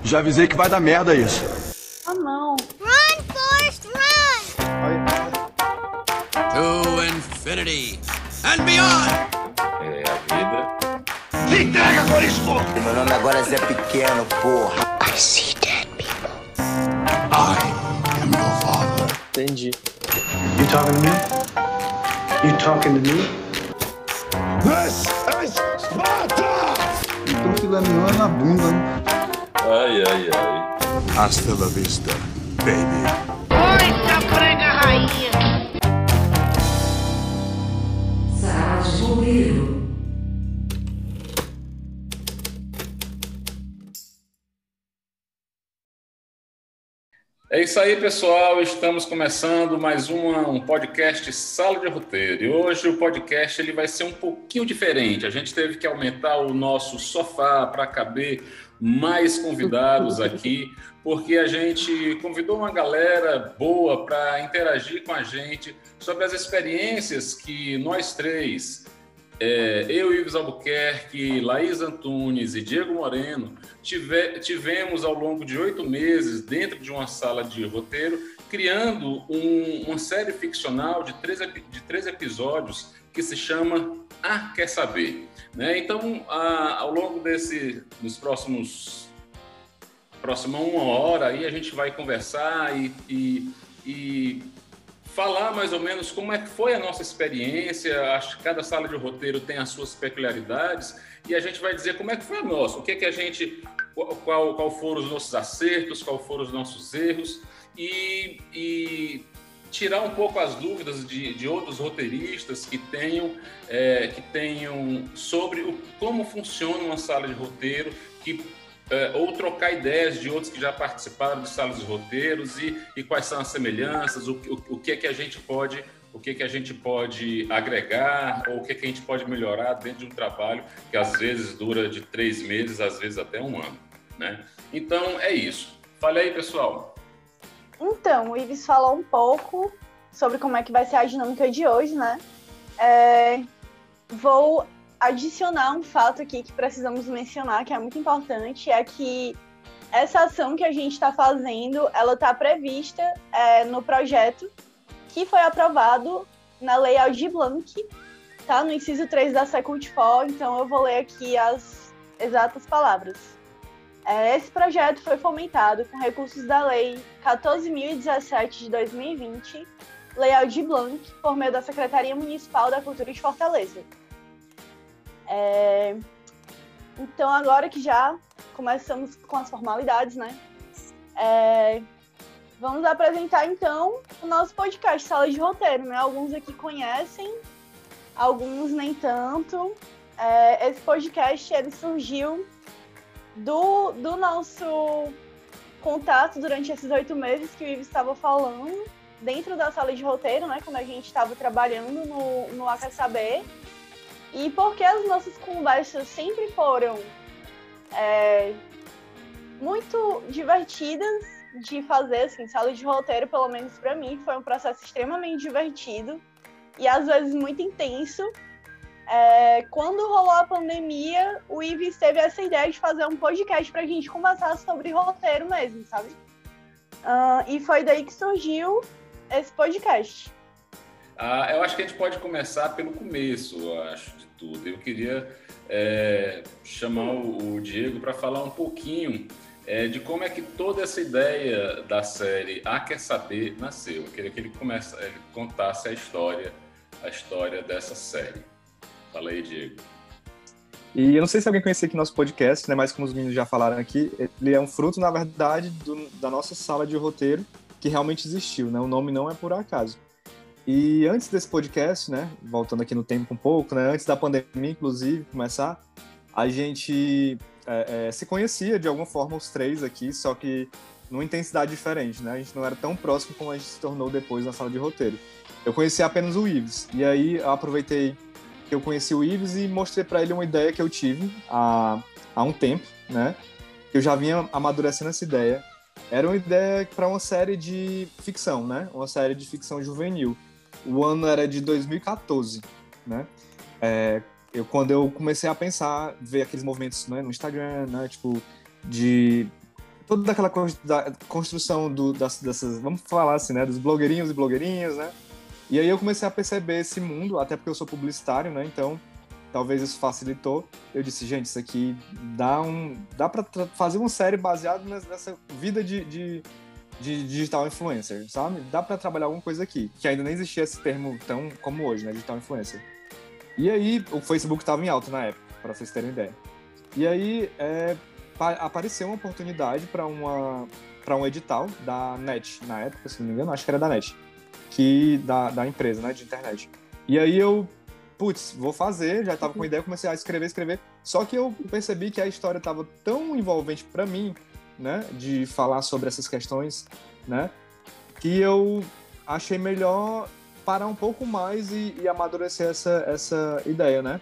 Já avisei que vai dar merda isso. Ah, não. Run, Forrest, run! To infinity and beyond! É a vida. Se entrega, Corisco! Meu nome agora é Zé Pequeno, porra. I see dead people. I am your father. Entendi. You talking to me? You talking to me? This is Sparta! Então filé mignon é na bunda, né? Ai, ai, ai. Hasta la vista, baby. Oi, prega rainha! Sala de roteiro. É isso aí, pessoal. Estamos começando mais um podcast Sala de Roteiro. E hoje o podcast ele vai ser um pouquinho diferente. A gente teve que aumentar o nosso sofá para caber mais convidados aqui, porque a gente convidou uma galera boa para interagir com a gente sobre as experiências que nós três, eu, Ives Albuquerque, Laís Antunes e Diego Moreno, tivemos ao longo de 8 meses dentro de uma sala de roteiro, criando uma série ficcional de 3 episódios que se chama Ah, Quer Saber? Né? Então, ao longo nos próxima 1 hora, aí a gente vai conversar e falar mais ou menos como é que foi a nossa experiência. Acho que cada sala de roteiro tem as suas peculiaridades e a gente vai dizer como é que foi a nossa, o que é que a gente, qual foram os nossos acertos, qual foram os nossos erros e tirar um pouco as dúvidas de outros roteiristas que tenham sobre como funciona uma sala de roteiro, ou trocar ideias de outros que já participaram de salas de roteiros e quais são as semelhanças, o que é que a gente pode agregar ou o que é que a gente pode melhorar dentro de um trabalho que às vezes dura de 3 meses, às vezes até 1 ano, né? Então é isso. Fale aí, pessoal. Então, o Ives falou um pouco sobre como é que vai ser a dinâmica de hoje, né? Vou adicionar um fato aqui que precisamos mencionar, que é muito importante, é que essa ação que a gente está fazendo, ela está prevista no projeto que foi aprovado na Lei Aldir Blanc, tá? No inciso 3 da Secult 4, então eu vou ler aqui as exatas palavras. Esse projeto foi fomentado com recursos da Lei 14.017 de 2020, Lei Aldir Blanc, por meio da Secretaria Municipal da Cultura de Fortaleza. Então, agora que já começamos com as formalidades, né? Vamos apresentar, então, o nosso podcast Sala de Roteiro, né? Alguns aqui conhecem, alguns nem tanto. Esse podcast, ele surgiu do nosso contato durante esses 8 meses que o Ives estava falando, dentro da sala de roteiro, né? Quando a gente estava trabalhando no A Quer Saber. E porque as nossas conversas sempre foram muito divertidas de fazer, assim, sala de roteiro, pelo menos para mim, foi um processo extremamente divertido e às vezes muito intenso. Quando rolou a pandemia, o Ives teve essa ideia de fazer um podcast pra gente conversar sobre roteiro mesmo, sabe? E foi daí que surgiu esse podcast. Eu acho que a gente pode começar pelo começo, eu acho, de tudo. Eu queria chamar o Diego para falar um pouquinho de como é que toda essa ideia da série Ah, Quer Saber nasceu. Eu queria que ele contasse a história dessa série. Fala aí, Diego. E eu não sei se alguém conhece aqui nosso podcast, né? Mas como os meninos já falaram aqui, ele é um fruto, na verdade, da nossa sala de roteiro que realmente existiu, né? O nome não é por acaso. E antes desse podcast, né, voltando aqui no tempo um pouco, né, antes da pandemia, inclusive, começar, a gente se conhecia de alguma forma os 3 aqui, só que numa intensidade diferente, né? A gente não era tão próximo como a gente se tornou depois na sala de roteiro. Eu conheci apenas o Ives, e aí eu aproveitei que eu conheci o Ives e mostrei para ele uma ideia que eu tive há um tempo, né? Eu já vinha amadurecendo essa ideia. Era uma ideia para uma série de ficção, né? Uma série de ficção juvenil. O ano era de 2014, né? Quando eu comecei a pensar, ver aqueles movimentos, né, no Instagram, né, tipo, de toda aquela construção dessas, vamos falar assim, né, dos blogueirinhos e blogueirinhas, né? E aí eu comecei a perceber esse mundo, até porque eu sou publicitário, né? Então, talvez isso facilitou. Eu disse, gente, isso aqui dá para fazer uma série baseada nessa vida de digital influencer, sabe? Dá para trabalhar alguma coisa aqui, que ainda nem existia esse termo tão como hoje, né? Digital influencer. E aí, o Facebook estava em alta na época, para vocês terem ideia. E aí, apareceu uma oportunidade para um edital da NET, na época, se não me engano, acho que era da NET, da empresa, né, de internet. E aí eu, vou fazer, já estava com ideia, comecei a escrever, só que eu percebi que a história estava tão envolvente para mim, né, de falar sobre essas questões, né, que eu achei melhor parar um pouco mais e amadurecer essa ideia, né,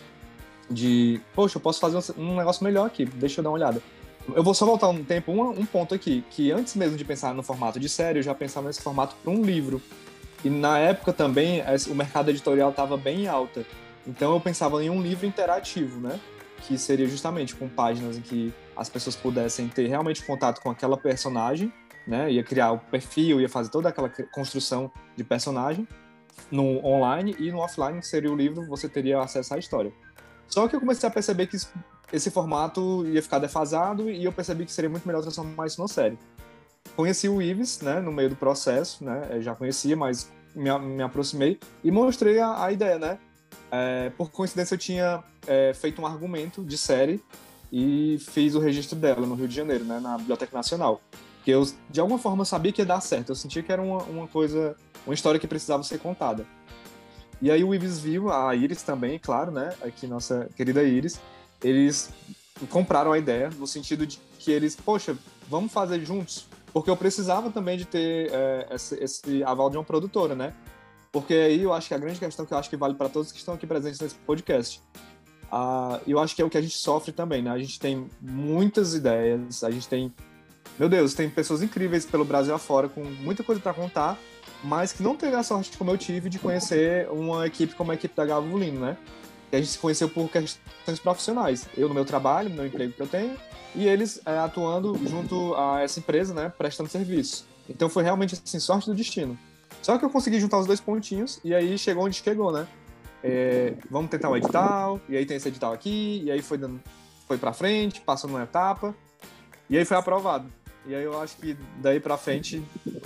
de, poxa, eu posso fazer um negócio melhor aqui, deixa eu dar uma olhada. Eu vou só voltar um tempo, um ponto aqui, que antes mesmo de pensar no formato de série, eu já pensava nesse formato para um livro. E na época também, o mercado editorial estava bem em alta. Então eu pensava em um livro interativo, né? Que seria justamente com páginas em que as pessoas pudessem ter realmente contato com aquela personagem, né? Ia criar o perfil, ia fazer toda aquela construção de personagem no online, e no offline, que seria o livro, você teria acesso à história. Só que eu comecei a perceber que esse formato ia ficar defasado, e eu percebi que seria muito melhor transformar isso numa série. Conheci o Ives, né, no meio do processo, né? Eu já conhecia, mas me aproximei e mostrei a ideia, né? Por coincidência, eu tinha feito um argumento de série e fiz o registro dela no Rio de Janeiro, né, na Biblioteca Nacional. Que eu, de alguma forma, sabia que ia dar certo. Eu sentia que era uma história que precisava ser contada. E aí o Ives viu, a Iris também, claro, né? Aqui, nossa querida Iris, eles compraram a ideia, no sentido de que eles, poxa, vamos fazer juntos, porque eu precisava também de ter esse aval de uma produtora, né? Porque aí eu acho que a grande questão que eu acho que vale para todos que estão aqui presentes nesse podcast, eu acho que é o que a gente sofre também, né? A gente tem muitas ideias, a gente tem, meu Deus, tem pessoas incríveis pelo Brasil afora, com muita coisa para contar, mas que não teve a sorte como eu tive de conhecer uma equipe como a equipe da Gavulino, né? Que a gente se conheceu por questões profissionais. Eu no meu trabalho, no meu emprego que eu tenho, e eles atuando junto a essa empresa, né? Prestando serviço. Então foi realmente, assim, sorte do destino. Só que eu consegui juntar os dois pontinhos, e aí chegou onde chegou, né? Vamos tentar um edital, e aí tem esse edital aqui, e aí foi pra frente, passou numa etapa, e aí foi aprovado. E aí eu acho que daí pra frente,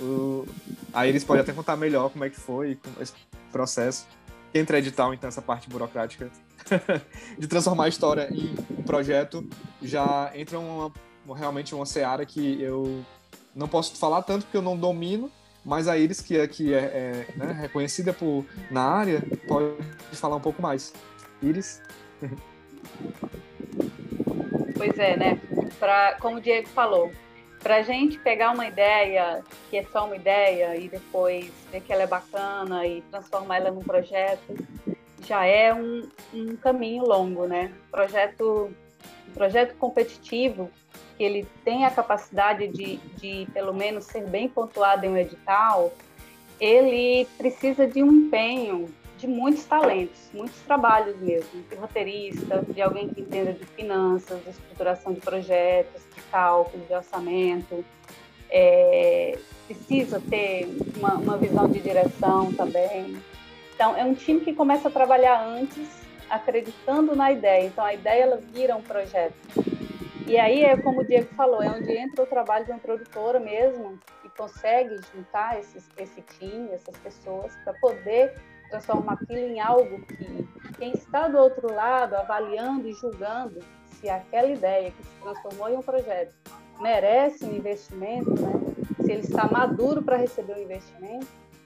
aí eles podem até contar melhor como é que foi esse processo. Que entra edital, então, essa parte burocrática de transformar a história em um projeto, já entra realmente uma seara que eu não posso falar tanto porque eu não domino, mas a Iris, que é né, reconhecida na área, pode falar um pouco mais. Iris? Pois é, né? Como o Diego falou, para a gente pegar uma ideia que é só uma ideia e depois ver que ela é bacana e transformar ela num projeto, já é um caminho longo, né? Um projeto competitivo, que ele tem a capacidade de pelo menos ser bem pontuado em um edital, ele precisa de um empenho de muitos talentos, muitos trabalhos mesmo, de roteirista, de alguém que entenda de finanças, de estruturação de projetos, de cálculo, de orçamento, precisa ter uma visão de direção também. Então, é um time que começa a trabalhar antes, acreditando na ideia. Então, a ideia ela vira um projeto. E aí, como o Diego falou, é onde entra o trabalho de uma produtora mesmo, que consegue juntar esse time, essas pessoas, para poder transformar aquilo em algo que quem está do outro lado, avaliando e julgando se aquela ideia que se transformou em um projeto merece um investimento, né? Se ele está maduro para receber um investimento,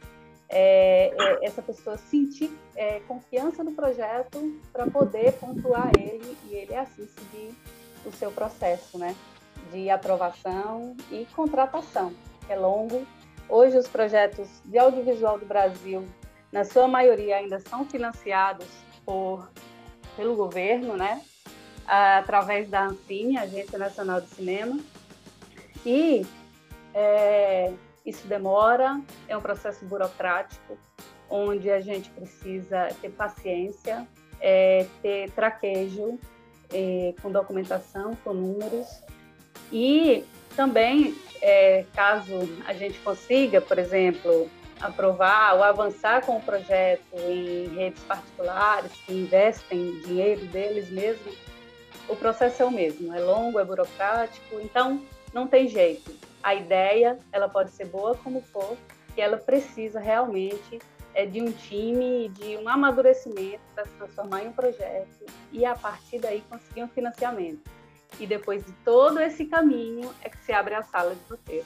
essa pessoa sentir confiança no projeto para poder pontuar ele e ele assim seguir o seu processo, né? De aprovação e contratação, que é longo. Hoje os projetos de audiovisual do Brasil, na sua maioria, ainda são financiados pelo governo, né? Através da Ancine, Agência Nacional de Cinema. E isso demora, é um processo burocrático, onde a gente precisa ter paciência, ter traquejo, com documentação, com números. E Também, caso a gente consiga, por exemplo, aprovar ou avançar com o projeto em redes particulares que investem dinheiro deles mesmos, o processo é o mesmo, é longo, é burocrático, então não tem jeito. A ideia, ela pode ser boa como for, que ela precisa realmente de um time, de um amadurecimento para se transformar em um projeto e, a partir daí, conseguir um financiamento. E depois de todo esse caminho é que se abre a sala de roteiro.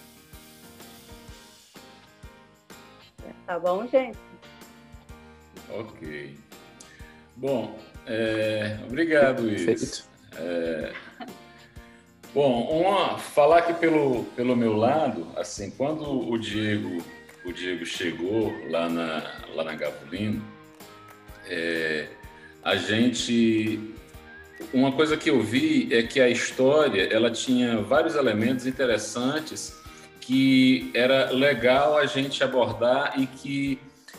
Tá bom, gente? Ok. Bom, obrigado, Iris. Bom, falar aqui pelo meu lado, assim, quando o Diego chegou lá na Gavolino, uma coisa que eu vi é que a história, ela tinha vários elementos interessantes que era legal a gente abordar e que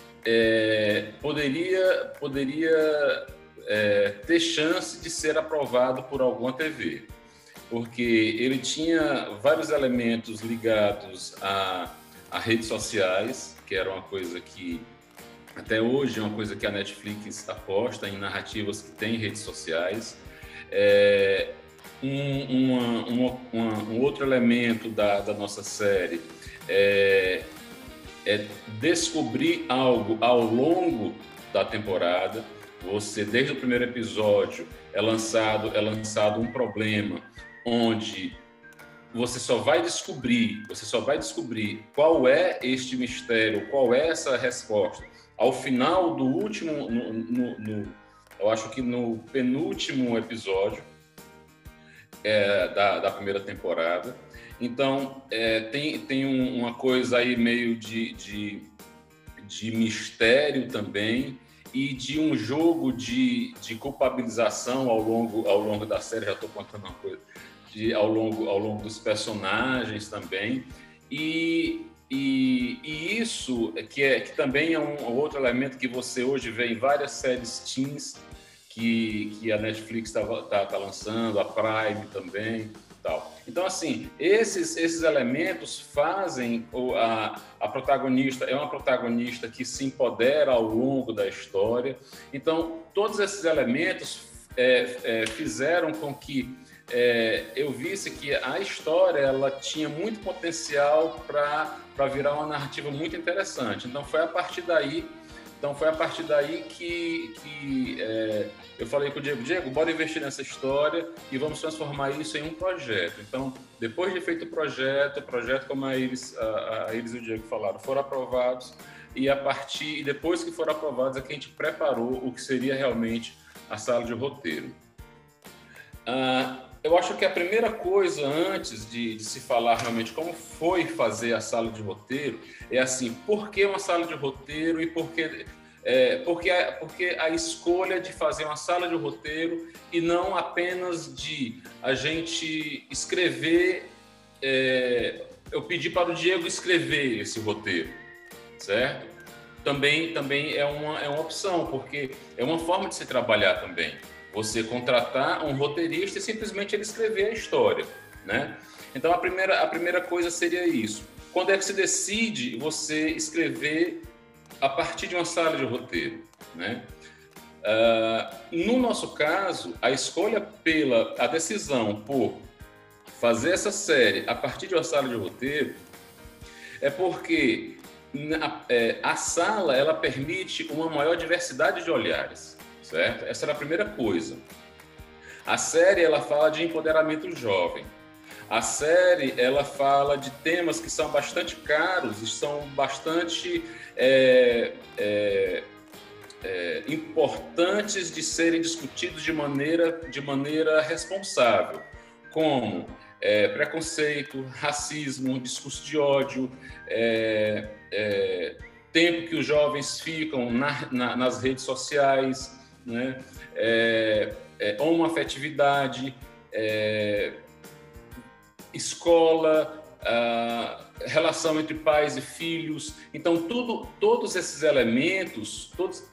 poderia ter chance de ser aprovado por alguma TV, porque ele tinha vários elementos ligados a redes sociais, que era uma coisa que até hoje é uma coisa que a Netflix aposta em narrativas que têm redes sociais. Um outro elemento da nossa série é descobrir algo ao longo da temporada. Você, desde o primeiro episódio, é lançado um problema onde você só vai descobrir qual é este mistério, qual é essa resposta ao final do último, eu acho que no penúltimo episódio da primeira temporada. Então, tem uma coisa aí meio de mistério também e de um jogo de culpabilização ao longo da série. Já estou contando uma coisa. Ao longo dos personagens também, e isso que também é um outro elemento que você hoje vê em várias séries teens que a Netflix tá lançando, a Prime também, tal. Então, assim, esses elementos fazem a protagonista, é uma protagonista que se empodera ao longo da história. Então, todos esses elementos fizeram com que eu visse que a história ela tinha muito potencial para virar uma narrativa muito interessante. Então foi a partir daí que eu falei com o Diego, bora investir nessa história e vamos transformar isso em um projeto. Então, depois de feito o projeto como a Iris e o Diego falaram, foram aprovados e depois que foram aprovados é que a gente preparou o que seria realmente a sala de roteiro. Eu acho que a primeira coisa, antes de se falar realmente como foi fazer a sala de roteiro, é assim, por que uma sala de roteiro e porque a escolha de fazer uma sala de roteiro e não apenas de a gente escrever, eu pedi para o Diego escrever esse roteiro, certo? Também é uma opção, porque é uma forma de se trabalhar também. Você contratar um roteirista e simplesmente ele escrever a história, né? Então, a primeira coisa seria isso. Quando é que se decide você escrever a partir de uma sala de roteiro, né? No nosso caso, a decisão por fazer essa série a partir de uma sala de roteiro é porque a sala ela permite uma maior diversidade de olhares. Certo? Essa era a primeira coisa. A série ela fala de empoderamento jovem. A série ela fala de temas que são bastante caros e são bastante importantes de serem discutidos de maneira responsável, como preconceito, racismo, discurso de ódio, tempo que os jovens ficam nas redes sociais, né? Homoafetividade, escola, relação entre pais e filhos. Então, todos esses elementos,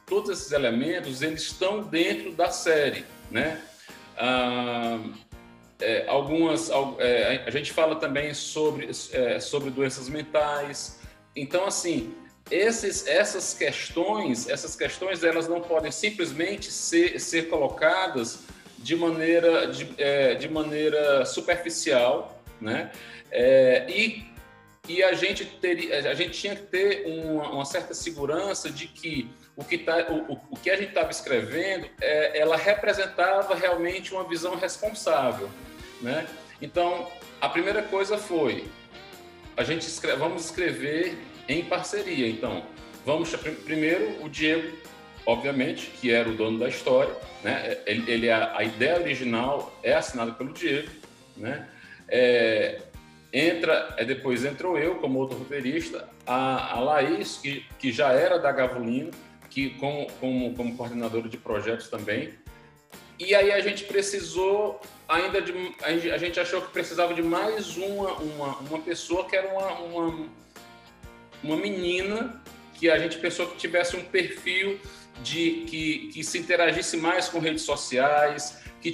eles estão dentro da série, né? a gente fala também sobre doenças mentais. Então, assim, essas questões elas não podem simplesmente ser colocadas de maneira superficial, né? E a gente tinha que ter uma certa segurança de que o que a gente estava escrevendo, ela representava realmente uma visão responsável, né? Então, a primeira coisa foi, vamos escrever em parceria. Então, primeiro o Diego, obviamente, que era o dono da história, né? A ideia original é assinada pelo Diego, né? Depois entrou eu como outro roteirista, a Laís, que já era da Gavulino, que como coordenadora de projetos também. E aí a gente precisou a gente achou que precisava de mais uma pessoa, que era uma menina, que a gente pensou que tivesse um perfil que se interagisse mais com redes sociais, que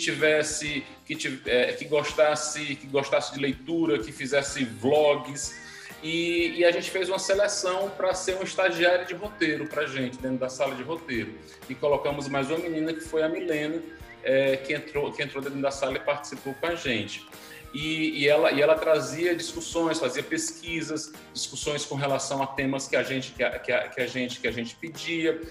gostasse de leitura, que fizesse vlogs. E a gente fez uma seleção para ser um estagiário de roteiro para a gente, dentro da sala de roteiro. E colocamos mais uma menina, que foi a Milena, que entrou dentro da sala e participou com a gente. E ela trazia discussões, fazia pesquisas, discussões com relação a temas que a gente pedia,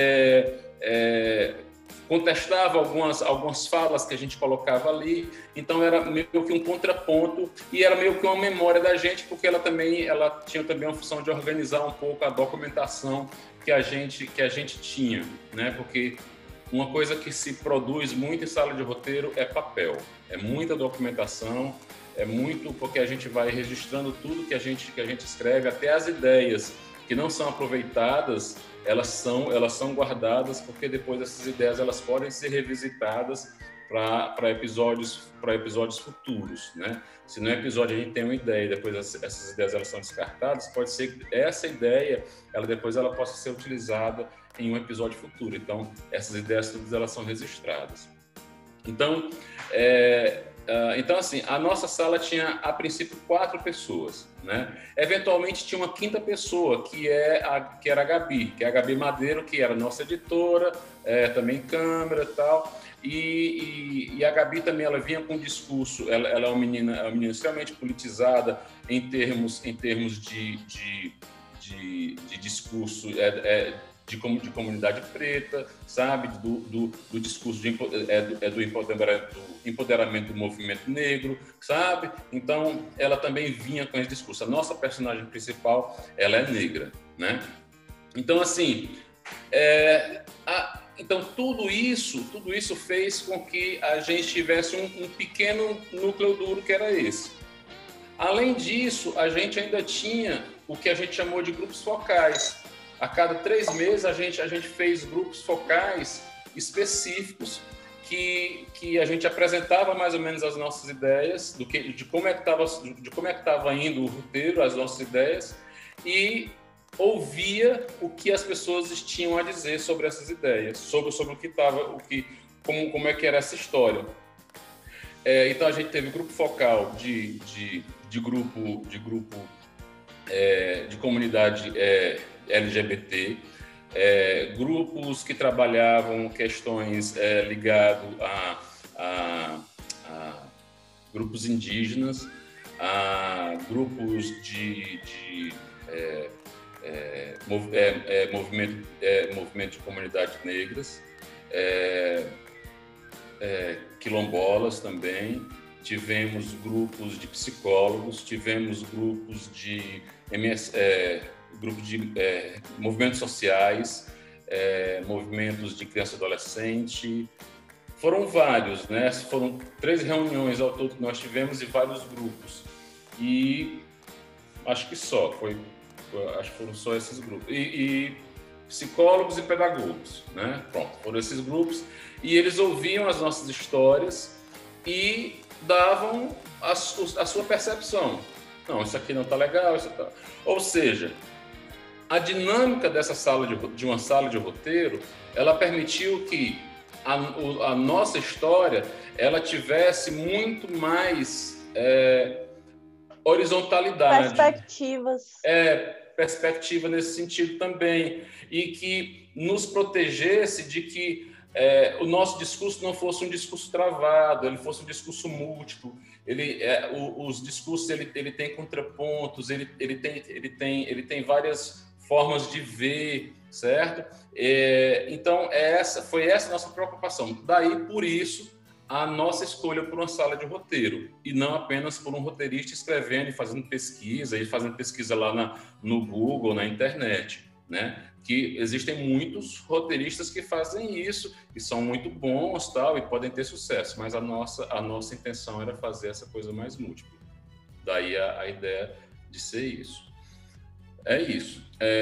contestava algumas falas que a gente colocava ali. Então era meio que um contraponto e era meio que uma memória da gente, porque ela tinha também uma função de organizar um pouco a documentação que a gente tinha, né? Porque uma coisa que se produz muito em sala de roteiro é papel, é muita documentação, porque a gente vai registrando tudo que a gente escreve, até as ideias que não são aproveitadas, elas são guardadas, porque depois essas ideias elas podem ser revisitadas para episódios futuros, né? Se no episódio a gente tem uma ideia e depois essas ideias elas são descartadas, pode ser que essa ideia depois ela possa ser utilizada em um episódio futuro. Então essas ideias todas elas são registradas. Então assim, a nossa sala tinha a princípio 4 pessoas, né? Eventualmente tinha uma 5ª pessoa, que era a Gabi, que é a Gabi Madeiro, que era nossa editora, também câmera e tal. E a Gabi também, ela vinha com um discurso, ela é uma menina extremamente politizada em termos de discurso de comunidade preta, sabe? Do discurso do empoderamento do movimento negro, sabe? Então, ela também vinha com esse discurso. A nossa personagem principal, ela é negra, né? Então, assim, então tudo isso fez com que a gente tivesse um pequeno núcleo duro, que era esse. Além disso, a gente ainda tinha o que a gente chamou de grupos focais. A cada 3 meses a gente fez grupos focais específicos que a gente apresentava mais ou menos as nossas ideias, de como é que estava indo o roteiro, as nossas ideias, e ouvia o que as pessoas tinham a dizer sobre essas ideias, sobre o que estava, como é que era essa história. Então a gente teve grupo focal de comunidade LGBT, grupos que trabalhavam questões ligadas a grupos indígenas, a grupos de movimento de comunidades negras, quilombolas também. Tivemos grupos de psicólogos, tivemos grupos de movimentos sociais, movimentos de criança e adolescente. Foram vários, né? Foram 3 reuniões ao todo que nós tivemos e vários grupos. E acho que foram só esses grupos. E psicólogos e pedagogos, né? Pronto, foram esses grupos. E eles ouviam as nossas histórias e davam a sua percepção. Não, isso aqui não está legal, isso tá... Ou seja, a dinâmica dessa de uma sala de roteiro, ela permitiu que a nossa história ela tivesse muito mais horizontalidade. Perspectiva nesse sentido também. E que nos protegesse de que o nosso discurso não fosse um discurso travado, ele fosse um discurso múltiplo. Os discursos ele tem contrapontos, ele tem várias formas de ver, certo? Então, foi essa a nossa preocupação. Daí, por isso, a nossa escolha por uma sala de roteiro, e não apenas por um roteirista escrevendo e fazendo pesquisa lá no Google, na internet, né? Que existem muitos roteiristas que fazem isso, e são muito bons, tal, e podem ter sucesso, mas a nossa intenção era fazer essa coisa mais múltipla. Daí a ideia de ser isso. É isso.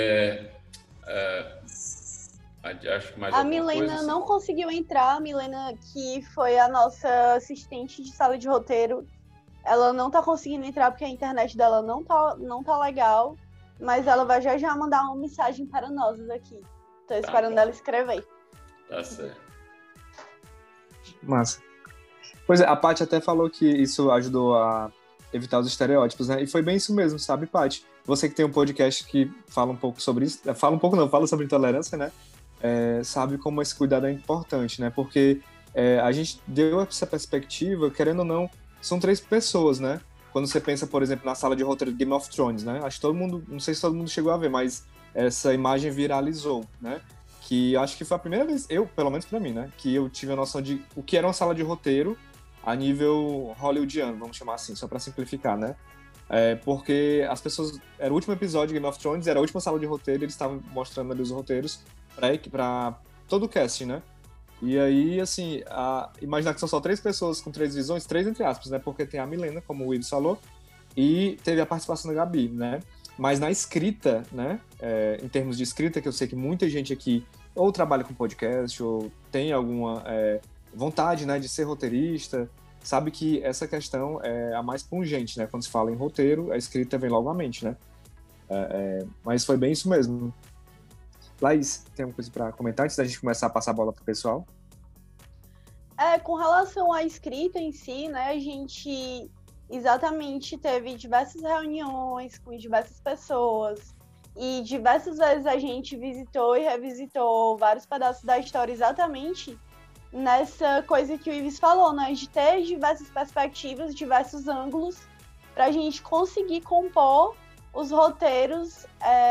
Acho que mais a Milena não conseguiu entrar. A Milena, que foi a nossa assistente de sala de roteiro, ela não tá conseguindo entrar porque a internet dela não tá legal, mas ela vai já mandar uma mensagem para nós aqui. Tô esperando ela escrever. Tá certo. Massa. Pois é, a Paty até falou que isso ajudou a evitar os estereótipos, né? E foi bem isso mesmo, sabe, Paty? Você que tem um podcast que fala um pouco sobre isso, fala sobre intolerância, né? Sabe como esse cuidado é importante, né? Porque a gente deu essa perspectiva, querendo ou não, são 3 pessoas, né? Quando você pensa, por exemplo, na sala de roteiro de Game of Thrones, né? Acho que todo mundo, não sei se todo mundo chegou a ver, mas essa imagem viralizou, né? Que acho que foi a primeira vez, pelo menos pra mim, né? Que eu tive a noção de o que era uma sala de roteiro a nível hollywoodiano, vamos chamar assim, só pra simplificar, né? Porque as pessoas... Era o último episódio de Game of Thrones, era a última sala de roteiro, eles estavam mostrando ali os roteiros pra todo o cast, né? E aí, assim, imaginar que são só 3 pessoas com 3 visões, 3 entre aspas, né? Porque tem a Milena, como o Willis falou, e teve a participação da Gabi, né? Mas na escrita, né? Em termos de escrita, que eu sei que muita gente aqui ou trabalha com podcast, ou tem alguma vontade, né, de ser roteirista, sabe que essa questão é a mais pungente, né? Quando se fala em roteiro, a escrita vem logo à mente, né? Mas foi bem isso mesmo. Laís, tem alguma coisa para comentar antes da gente começar a passar a bola pro pessoal? Com relação à escrita em si, né, a gente exatamente teve diversas reuniões com diversas pessoas e diversas vezes a gente visitou e revisitou vários pedaços da história exatamente nessa coisa que o Ives falou, né, de ter diversas perspectivas, diversos ângulos para a gente conseguir compor os roteiros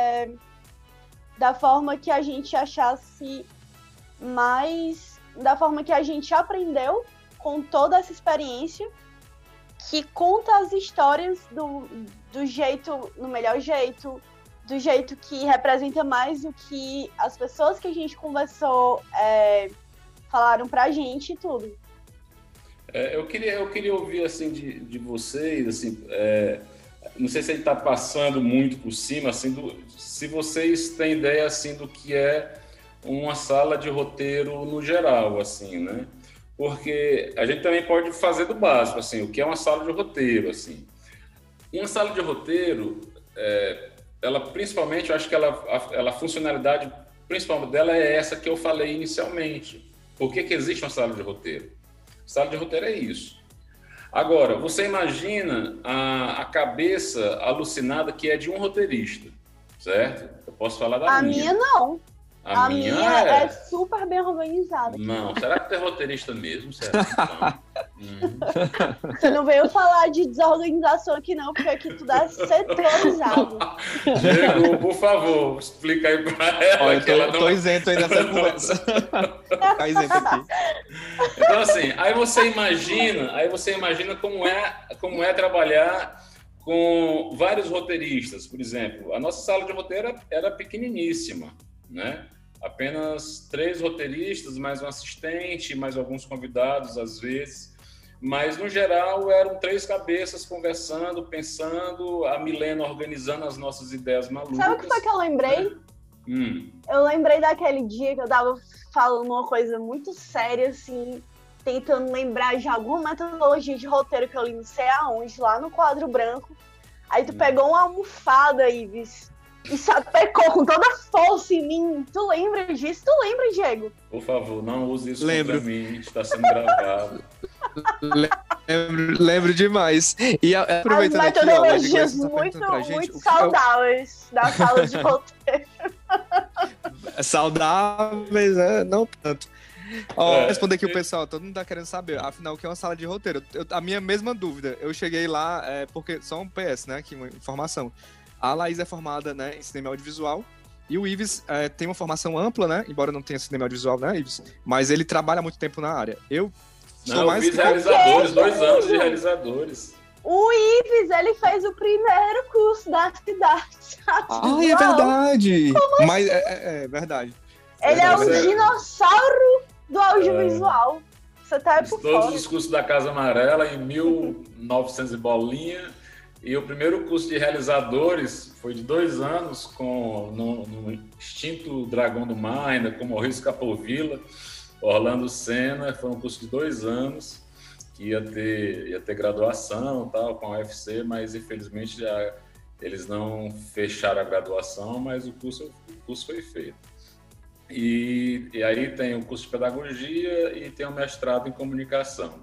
da forma que a gente achasse mais... da forma que a gente aprendeu com toda essa experiência, que conta as histórias do jeito, no melhor jeito, do jeito que representa mais o que as pessoas que a gente conversou falaram pra gente e tudo. Eu queria ouvir, assim, de vocês, assim... não sei se ele está passando muito por cima, assim, se vocês têm ideia, assim, do que é uma sala de roteiro no geral, assim, né? Porque a gente também pode fazer do básico, assim, o que é uma sala de roteiro, assim. Uma sala de roteiro, ela principalmente, eu acho que a funcionalidade principal dela é essa que eu falei inicialmente. Por que existe uma sala de roteiro? Sala de roteiro é isso. Agora, você imagina a cabeça alucinada que é de um roteirista, certo? Eu posso falar da minha. A minha não. A minha é super bem organizada. Não, será que tu é roteirista mesmo? Será? Você não veio falar de desorganização aqui não, porque aqui tudo é setorizado. Diego, por favor, explica aí pra ela. Olha, eu tô isento aí dessa conversa. Tá isento aqui. Então, assim, aí você imagina como é trabalhar com vários roteiristas, por exemplo. A nossa sala de roteiro era pequeniníssima, né? Apenas 3 roteiristas, mais um assistente, mais alguns convidados, às vezes. Mas, no geral, eram 3 cabeças conversando, pensando, a Milena organizando as nossas ideias malucas. Sabe o que foi que eu lembrei? Eu lembrei daquele dia que eu tava falando uma coisa muito séria, assim, tentando lembrar de alguma metodologia de roteiro que eu li não sei aonde, lá no quadro branco. Aí tu pegou uma almofada, Ives, e sapecou com toda a força em mim. Tu lembra disso? Tu lembra, Diego? Por favor, não use isso Lembro. contra mim. Está sendo gravado. Lembro demais. E As aproveitando aqui, ó, metodologias tá muito, perguntando pra gente muito o que é o- saudáveis da sala de roteiro. saudáveis, né? Não tanto. Ó, É. responder aqui o pessoal, todo mundo tá querendo saber, afinal, o que é uma sala de roteiro? A minha mesma dúvida, eu cheguei lá, porque só um PS, né, aqui, uma informação. A Laís é formada, né, em cinema audiovisual, e o Ives tem uma formação ampla, né, embora não tenha cinema audiovisual, né, Ives? Mas ele trabalha há muito tempo na área. Eu sou Não, eu mais... fiz realizadores, 2 anos de realizadores. O Ives, ele fez o primeiro curso da cidade. Ah, é verdade! Mas é verdade. Ele é Mas um é- dinossauro do audiovisual. Você tá Fiz por todos fora. os cursos da Casa Amarela em 1900 e bolinha. E o primeiro curso de realizadores foi de 2 anos no extinto Dragão do Mar, ainda com Maurício Capovilla, Orlando Senna. Foi um curso de 2 anos que ia ter graduação tal, com a UFC, mas infelizmente eles não fecharam a graduação, mas o curso foi feito. E aí tem o curso de pedagogia e tem o mestrado em comunicação.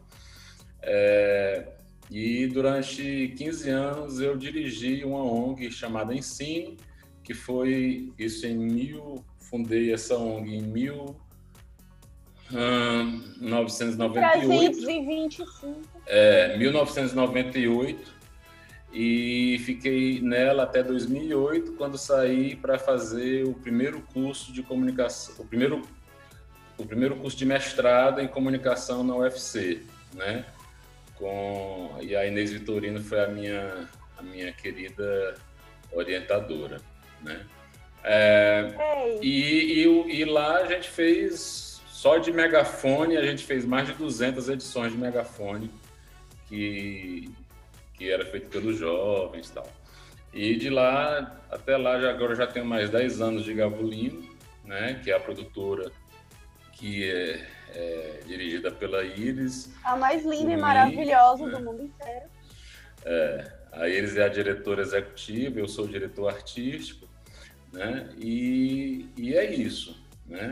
E durante 15 anos eu dirigi uma ONG chamada Ensino, que foi isso fundei essa ONG em 1998. 325. 1998, e fiquei nela até 2008, quando saí para fazer o primeiro curso de comunicação, o primeiro curso de mestrado em comunicação na UFC, né? E a Inês Vitorino foi a minha querida orientadora, né? E lá a gente fez, só de megafone, a gente fez mais de 200 edições de megafone, que era feito pelos jovens e tal. E de lá até lá, agora já tenho mais 10 anos de Gavulino, né, que é a produtora que é dirigida pela Iris. A mais linda e mim, maravilhosa né? do mundo inteiro. A Iris é a diretora executiva, eu sou o diretor artístico, né? E é isso, né?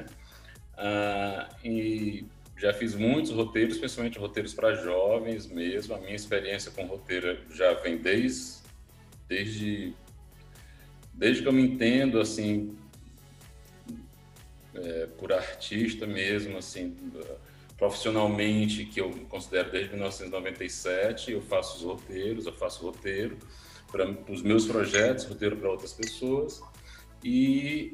E já fiz muitos roteiros, principalmente roteiros para jovens mesmo. A minha experiência com roteiro já vem desde que eu me entendo, assim, por artista mesmo, assim, profissionalmente, que eu considero desde 1997. Eu faço roteiro para os meus projetos, roteiro para outras pessoas. E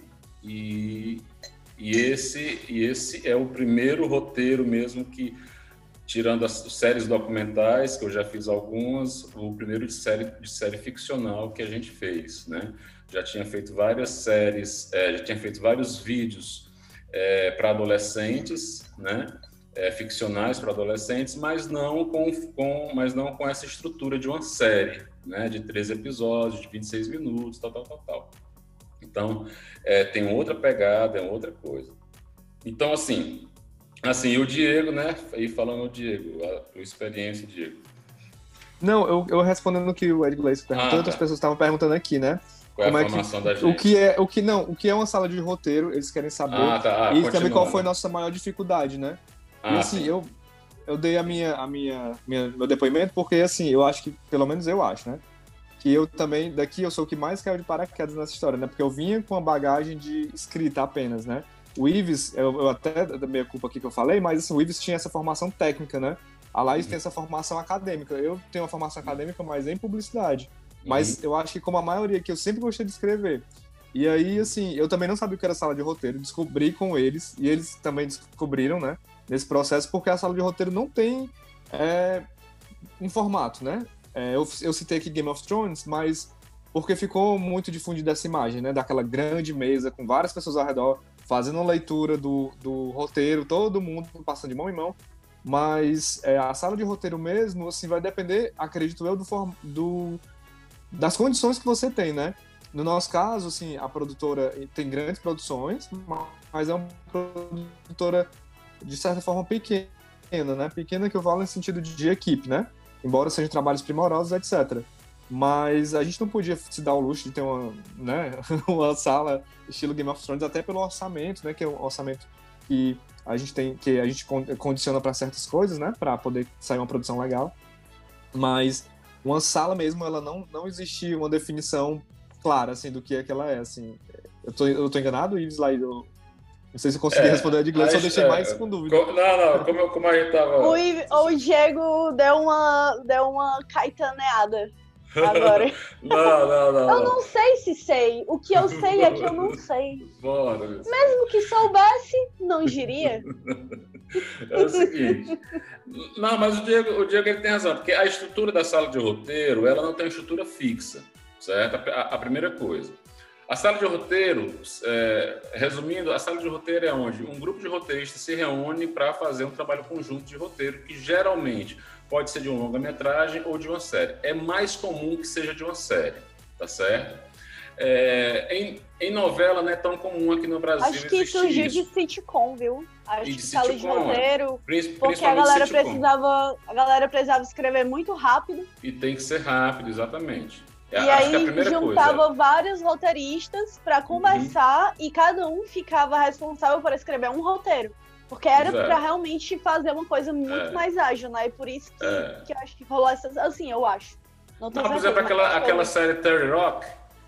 esse é o primeiro roteiro mesmo que, tirando as séries documentais, que eu já fiz algumas, o primeiro de série ficcional que a gente fez, né? Já tinha feito várias séries, já tinha feito vários vídeos para adolescentes, né? Ficcionais para adolescentes, mas não com essa estrutura de uma série, né? De 13 episódios, de 26 minutos, tal. Então, tem outra pegada, é outra coisa. Então, assim, o Diego, né? E falando o Diego, a tua experiência, Diego. Não, eu respondendo o que o Ed Gleice perguntou, outras pessoas estavam perguntando aqui, né? Qual é a formação da gente? O que é uma sala de roteiro, eles querem saber. E também qual foi a nossa maior dificuldade, né? E assim, eu dei meu depoimento porque, assim, eu acho que, pelo menos eu acho, né? Que eu também, daqui eu sou o que mais caiu de paraquedas nessa história, né? Porque eu vinha com a bagagem de escrita apenas, né? O Ives, eu até da minha culpa aqui que eu falei, mas assim, o Ives tinha essa formação técnica, né? A Laís tem essa formação acadêmica. Eu tenho uma formação acadêmica, mas em publicidade. Mas eu acho que, como a maioria aqui, eu sempre gostei de escrever. E aí, assim, eu também não sabia o que era sala de roteiro, descobri com eles, e eles também descobriram, né? Nesse processo, porque a sala de roteiro não tem um formato, né? Eu citei aqui Game of Thrones, mas porque ficou muito difundida essa imagem, né? Daquela grande mesa com várias pessoas ao redor, fazendo a leitura do roteiro, todo mundo passando de mão em mão. Mas a sala de roteiro mesmo, assim, vai depender, acredito eu, das condições que você tem, né? No nosso caso, assim, a produtora tem grandes produções, mas é uma produtora, de certa forma, pequena, né? Pequena que eu falo em sentido de equipe, né? Embora sejam trabalhos primorosos, etc. Mas a gente não podia se dar o luxo de ter uma, né, uma sala estilo Game of Thrones, até pelo orçamento, né, que é um orçamento que a gente condiciona para certas coisas, né, para poder sair uma produção legal. Mas uma sala mesmo, ela não existia uma definição clara, assim, do que é que ela é, assim. Eu tô enganado, Ives, lá? Não sei se eu consegui responder de inglês, só deixei mais com dúvida. Como a gente tava... O Diego deu uma caetaneada agora. Não. Eu não sei. O que eu sei é que eu não sei. Bora. Mesmo que soubesse, não diria. É o seguinte... Não, mas o Diego ele tem razão, porque a estrutura da sala de roteiro, ela não tem estrutura fixa, certo? A primeira coisa. A sala de roteiro, resumindo, a sala de roteiro é onde um grupo de roteiristas se reúne para fazer um trabalho conjunto de roteiro, que geralmente pode ser de uma longa-metragem ou de uma série. É mais comum que seja de uma série, tá certo? Em novela não é tão comum aqui no Brasil. Acho que surgiu de sitcom, viu? Acho que sala de roteiro, porque a galera precisava escrever muito rápido. E tem que ser rápido, exatamente. E aí juntava vários roteiristas para conversar e cada um ficava responsável por escrever um roteiro. Porque era para realmente fazer uma coisa muito mais ágil, né? E por isso que eu acho que rolou essas... Assim, eu acho. Não, por exemplo, aquela série 30 Rock,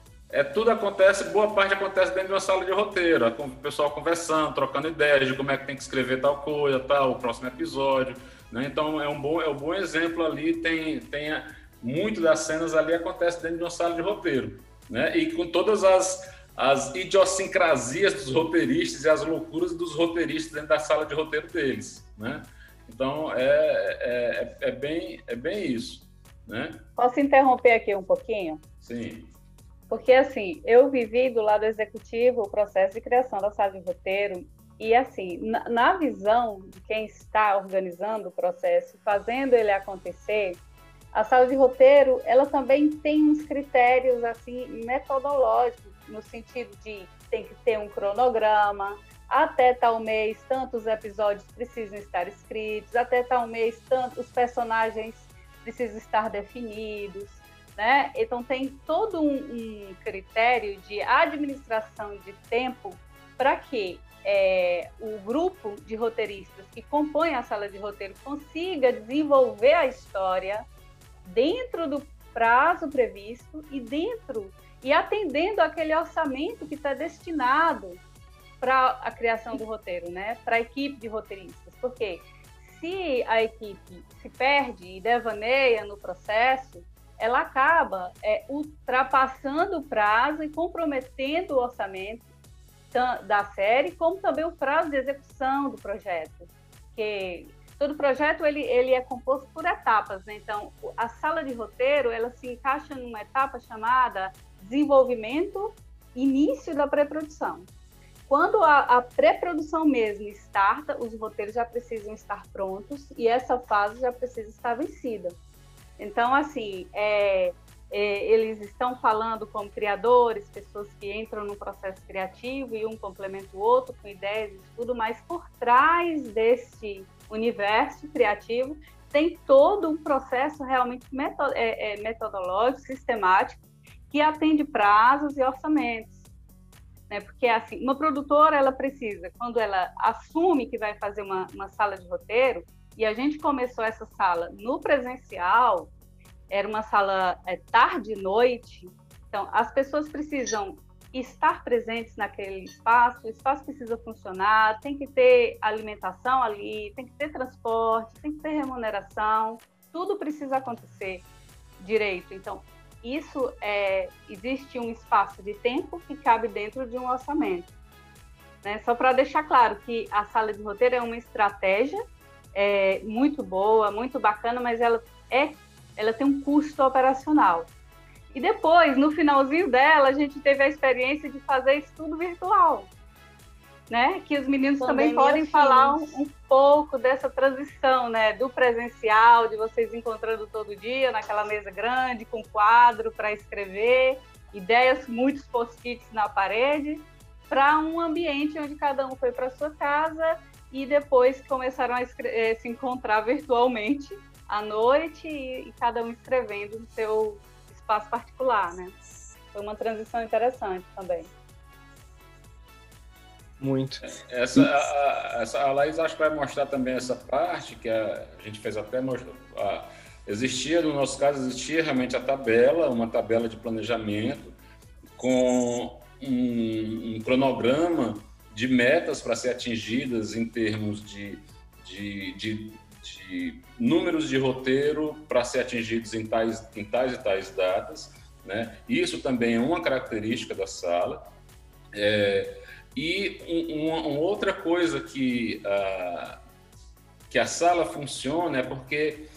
boa parte acontece dentro de uma sala de roteiro, o pessoal conversando, trocando ideias de como é que tem que escrever tal coisa, o próximo episódio, né? Então é um bom exemplo ali, muito das cenas ali acontece dentro de uma sala de roteiro, né? E com todas as idiosincrasias dos roteiristas e as loucuras dos roteiristas dentro da sala de roteiro deles, né? Então é bem isso, né? Posso interromper aqui um pouquinho? Sim. Porque, assim, eu vivi do lado executivo o processo de criação da sala de roteiro e, assim, na visão de quem está organizando o processo, fazendo ele acontecer, a sala de roteiro, ela também tem uns critérios, assim, metodológicos, no sentido de tem que ter um cronograma, até tal mês, tantos episódios precisam estar escritos, até tal mês, os personagens precisam estar definidos, né? Então tem todo um critério de administração de tempo para que o grupo de roteiristas que compõe a sala de roteiro consiga desenvolver a história dentro do prazo previsto e atendendo aquele orçamento que está destinado para a criação do roteiro, né? Para a equipe de roteiristas. Porque se a equipe se perde e devaneia no processo, ela acaba ultrapassando o prazo e comprometendo o orçamento da série, como também o prazo de execução do projeto. Porque todo projeto ele é composto por etapas, né? Então, a sala de roteiro ela se encaixa numa etapa chamada desenvolvimento, início da pré-produção. Quando a pré-produção mesmo starta, os roteiros já precisam estar prontos e essa fase já precisa estar vencida. Então, assim, eles estão falando como criadores, pessoas que entram no processo criativo e um complementa o outro com ideias e tudo, mas por trás deste universo criativo tem todo um processo realmente metodológico, sistemático, que atende prazos e orçamentos. Né? Porque, assim, uma produtora, ela precisa, quando ela assume que vai fazer uma sala de roteiro, e a gente começou essa sala no presencial, era uma sala tarde e noite, então as pessoas precisam estar presentes naquele espaço, o espaço precisa funcionar, tem que ter alimentação ali, tem que ter transporte, tem que ter remuneração, tudo precisa acontecer direito. Então, isso existe um espaço de tempo que cabe dentro de um orçamento. Né? Só para deixar claro que a sala de roteiro é uma estratégia muito boa, muito bacana, mas ela tem um custo operacional. E depois, no finalzinho dela, a gente teve a experiência de fazer estudo virtual, né? Que os meninos também podem falar um pouco dessa transição, né? Do presencial, de vocês encontrando todo dia naquela mesa grande, com quadro para escrever, ideias, muitos post-its na parede, para um ambiente onde cada um foi para sua casa e depois começaram a se encontrar virtualmente à noite e cada um escrevendo no seu espaço particular, né? Foi uma transição interessante também. Muito. A Laís acho que vai mostrar também essa parte que a gente fez até mostrar. Existia, no nosso caso, existia realmente uma tabela de planejamento com um cronograma de metas para ser atingidas em termos de números de roteiro para ser atingidos em tais e tais datas, né? Isso também é uma característica da sala. E uma outra coisa que a sala funciona é porque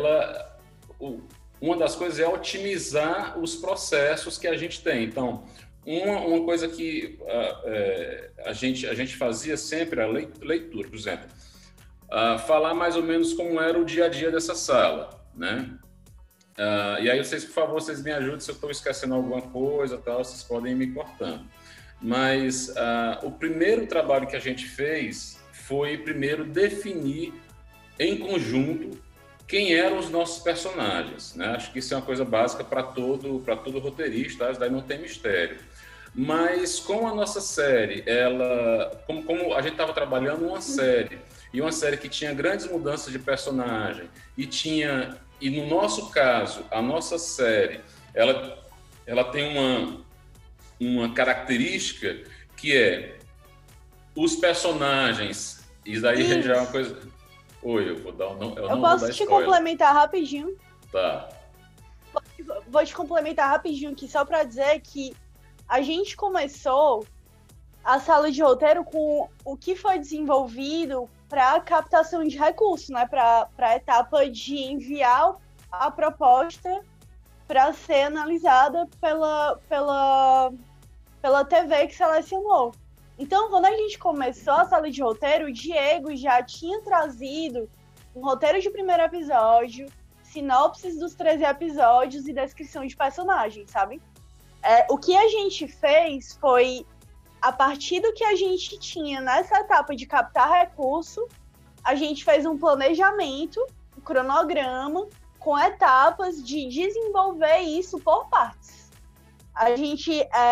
uma das coisas é otimizar os processos que a gente tem. Então, uma coisa que a gente fazia sempre a leitura, por exemplo, falar mais ou menos como era o dia a dia dessa sala, né? E aí, vocês, por favor, vocês me ajudem se eu estou esquecendo alguma coisa, tal, vocês podem ir me cortando. Mas o primeiro trabalho que a gente fez foi primeiro definir em conjunto quem eram os nossos personagens, né? Acho que isso é uma coisa básica para todo roteirista, isso daí não tem mistério. Mas com a nossa série, como a gente estava trabalhando uma série, e uma série que tinha grandes mudanças de personagem, e no nosso caso, a nossa série, ela tem uma característica que é os personagens, e daí já é uma coisa... Oi, eu vou dar um nome. Eu posso te complementar rapidinho? Tá. Vou te complementar rapidinho aqui, só para dizer que a gente começou a sala de roteiro com o que foi desenvolvido para captação de recursos, né? Para a etapa de enviar a proposta para ser analisada pela TV que selecionou. Então, quando a gente começou a sala de roteiro, o Diego já tinha trazido um roteiro de primeiro episódio, sinopses dos 13 episódios e descrição de personagens, sabe? O que a gente fez foi, a partir do que a gente tinha nessa etapa de captar recurso, a gente fez um planejamento, um cronograma, com etapas de desenvolver isso por partes. A gente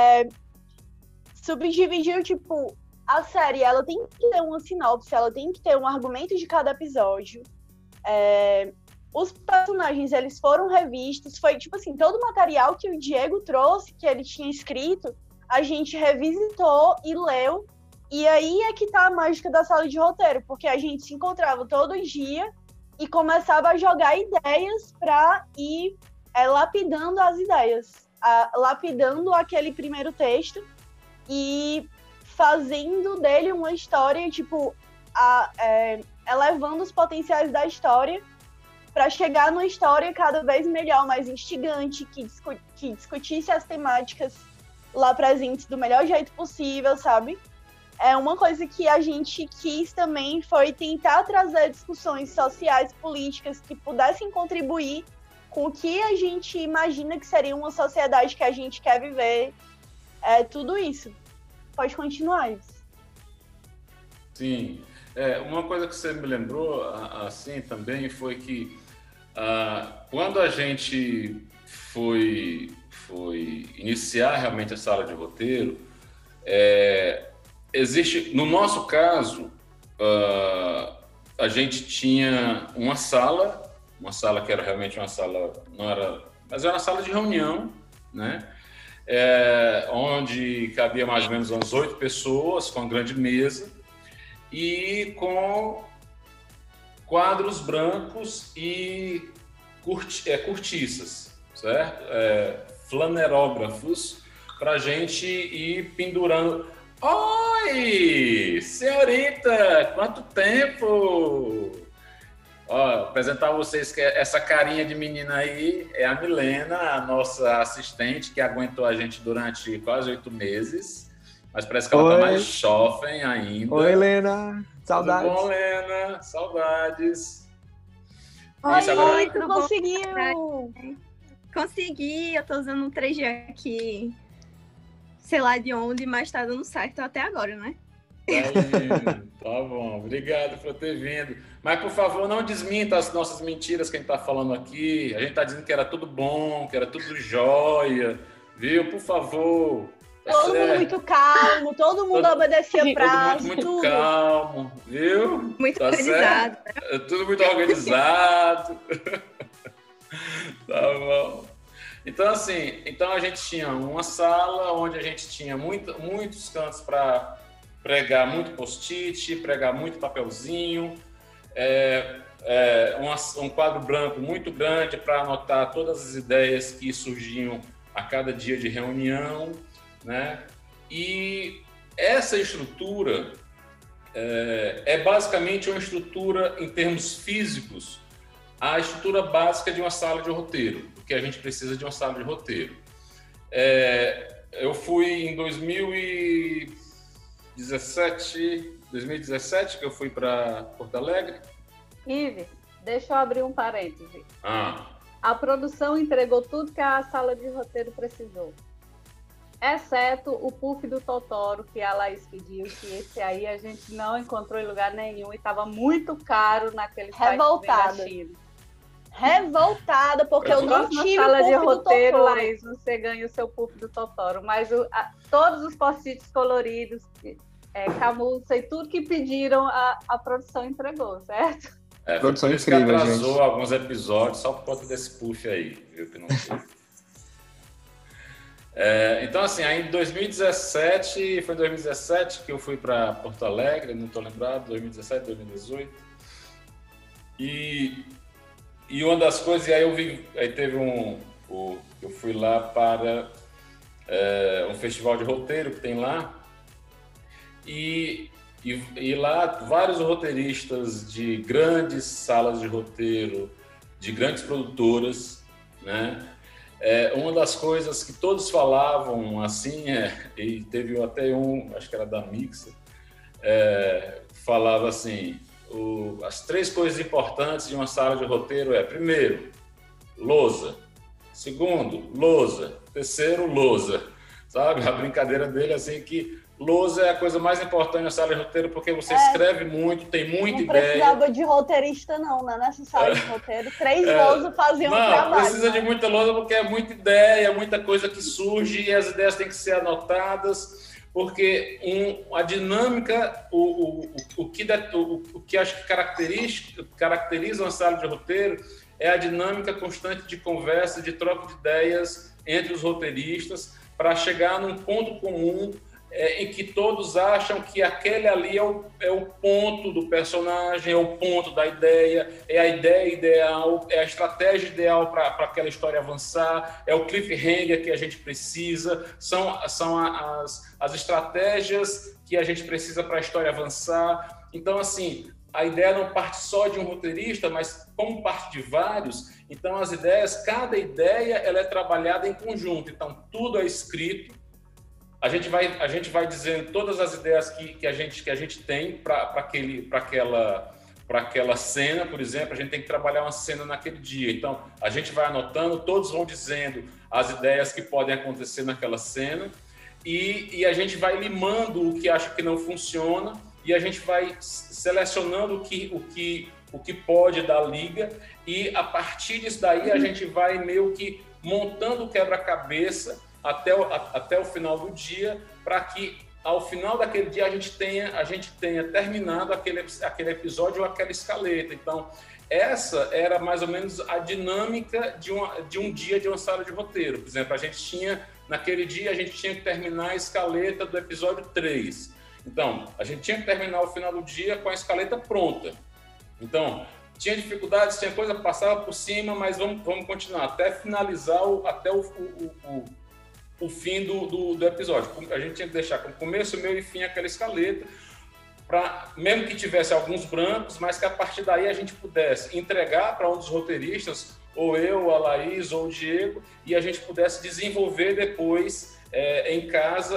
subdividiu, tipo, a série, ela tem que ter uma sinopse, ela tem que ter um argumento de cada episódio. Os personagens, eles foram revistos, foi, tipo assim, todo o material que o Diego trouxe, que ele tinha escrito, a gente revisitou e leu, e aí é que tá a mágica da sala de roteiro, porque a gente se encontrava todo dia e começava a jogar ideias para ir lapidando as ideias, lapidando aquele primeiro texto, e fazendo dele uma história, tipo, elevando os potenciais da história para chegar numa história cada vez melhor, mais instigante, que discutisse as temáticas lá presentes do melhor jeito possível, sabe? Uma coisa que a gente quis também foi tentar trazer discussões sociais, políticas que pudessem contribuir com o que a gente imagina que seria uma sociedade que a gente quer viver. Tudo isso. Pode continuar, isso. Sim. Uma coisa que você me lembrou, assim, também, foi que quando a gente foi iniciar realmente a sala de roteiro, existe, no nosso caso, a gente tinha uma sala que era realmente uma sala, mas era uma sala de reunião, né? Onde cabia mais ou menos umas 8 pessoas, com uma grande mesa, e com quadros brancos e cortiças, certo? Flanerógrafos, para a gente ir pendurando. Oi, senhorita, quanto tempo! Apresentar a vocês que essa carinha de menina aí é a Milena, a nossa assistente, que aguentou a gente durante quase 8 meses, mas parece que ela tá mais jovem ainda. Oi, Helena, saudades. Tudo bom, Helena? Saudades. Oi, tu conseguiu! Consegui, eu tô usando um 3G aqui, sei lá de onde, mas tá dando certo até agora, né? Tá bom, obrigado por ter vindo. Mas, por favor, não desminta as nossas mentiras que a gente está falando aqui. A gente está dizendo que era tudo bom, que era tudo jóia, viu? Por favor. Tá todo certo. mundo muito calmo, todo mundo obedecia prazo. Todo mundo muito tudo. calmo, viu? Muito tá organizado. Certo? Tudo muito organizado. Tá bom. Então, assim, a gente tinha uma sala onde a gente tinha muitos cantos para pregar muito post-it, pregar muito papelzinho, um quadro branco muito grande para anotar todas as ideias que surgiam a cada dia de reunião, né? E essa estrutura é basicamente uma estrutura, em termos físicos, a estrutura básica de uma sala de roteiro, porque a gente precisa de uma sala de roteiro. Eu fui em 2017 que eu fui para Porto Alegre. Ives, deixa eu abrir um parêntese. Ah. A produção entregou tudo que a sala de roteiro precisou. Exceto o puff do Totoro, que a Laís pediu, que esse aí a gente não encontrou em lugar nenhum e estava muito caro naquele site Revoltada. Revoltada, porque eu não tive sala o puff de do roteiro, Totoro. Laís, você ganha o seu puff do Totoro, mas todos os post-its coloridos, camurça e tudo que pediram, a produção entregou, certo? Produção por isso incrível, que atrasou gente. alguns episódios só por conta desse puff aí, viu? Que não foi. Então, assim, aí em 2017, foi em 2017 que eu fui para Porto Alegre, não estou lembrado, 2017, 2018. E uma das coisas, e aí teve eu fui lá para um festival de roteiro que tem lá, e lá vários roteiristas de grandes salas de roteiro, de grandes produtoras, né? Uma das coisas que todos falavam assim, e teve até acho que era da Mixa, falava assim: as 3 coisas importantes de uma sala de roteiro primeiro, lousa. Segundo, lousa. Terceiro, lousa. Sabe? A brincadeira dele assim que lousa é a coisa mais importante na sala de roteiro porque você escreve muito, tem muita ideia. Não precisava de roteirista não, né? Nessa sala de roteiro. 3 lousas faziam o trabalho. Não, precisa de muita lousa porque é muita ideia, muita coisa que surge e as ideias têm que ser anotadas. Porque a dinâmica, o que acho que caracteriza uma sala de roteiro é a dinâmica constante de conversa, de troca de ideias entre os roteiristas para chegar num ponto comum em que todos acham que aquele ali é o ponto do personagem, é o ponto da ideia, é a ideia ideal, é a estratégia ideal para aquela história avançar, é o cliffhanger que a gente precisa, são as estratégias que a gente precisa para a história avançar. Então, assim, a ideia não parte só de um roteirista, mas como parte de vários, então as ideias, cada ideia ela é trabalhada em conjunto, então tudo é escrito. A gente vai dizendo todas as ideias que a gente tem para aquela cena, por exemplo. A gente tem que trabalhar uma cena naquele dia. Então, a gente vai anotando, todos vão dizendo as ideias que podem acontecer naquela cena e a gente vai limando o que acha que não funciona e a gente vai selecionando o que pode dar liga e, a partir disso daí, a gente vai meio que montando o quebra-cabeça até o final do dia, para que ao final daquele dia a gente tenha terminado aquele episódio ou aquela escaleta. Então, essa era mais ou menos a dinâmica de um dia de uma sala de roteiro. Por exemplo, naquele dia a gente tinha que terminar a escaleta do episódio 3. Então, a gente tinha que terminar o final do dia com a escaleta pronta. Então, tinha dificuldades, tinha coisa que passava por cima, mas vamos continuar até finalizar até o fim do episódio. A gente tinha que deixar com começo, meio e fim aquela escaleta, mesmo que tivesse alguns brancos, mas que a partir daí a gente pudesse entregar para um dos roteiristas, ou eu, a Laís, ou o Diego, e a gente pudesse desenvolver depois em casa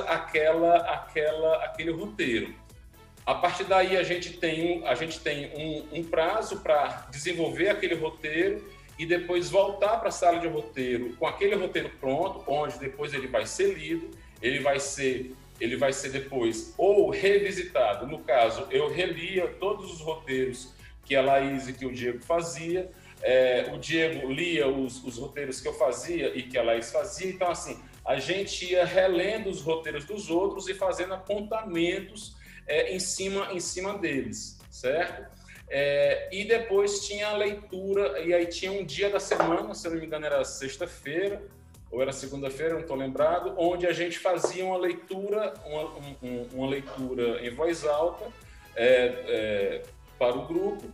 aquele roteiro. A partir daí a gente tem um prazo para desenvolver aquele roteiro e depois voltar para a sala de roteiro com aquele roteiro pronto, onde depois ele vai ser lido, ele vai ser ele vai ser depois ou revisitado. No caso, eu relia todos os roteiros que a Laís e que o Diego fazia. O Diego lia os roteiros que eu fazia e que a Laís fazia. Então, assim, a gente ia relendo os roteiros dos outros e fazendo apontamentos em cima deles, certo? E depois tinha a leitura, e aí tinha um dia da semana, se eu não me engano era sexta-feira, ou era segunda-feira, não estou lembrado, onde a gente fazia uma leitura, uma leitura em voz alta para o grupo,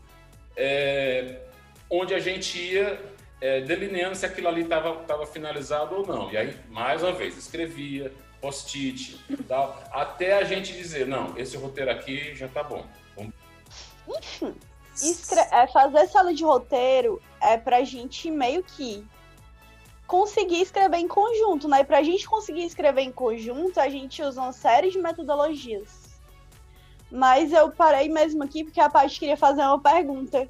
onde a gente ia delineando se aquilo ali estava finalizado ou não. E aí, mais uma vez, escrevia, post-it, tal, até a gente dizer, não, esse roteiro aqui já está bom. Enfim, fazer sala de roteiro é pra gente meio que conseguir escrever em conjunto, né? E pra gente conseguir escrever em conjunto, a gente usa uma série de metodologias. Mas eu parei mesmo aqui porque a Paty queria fazer uma pergunta.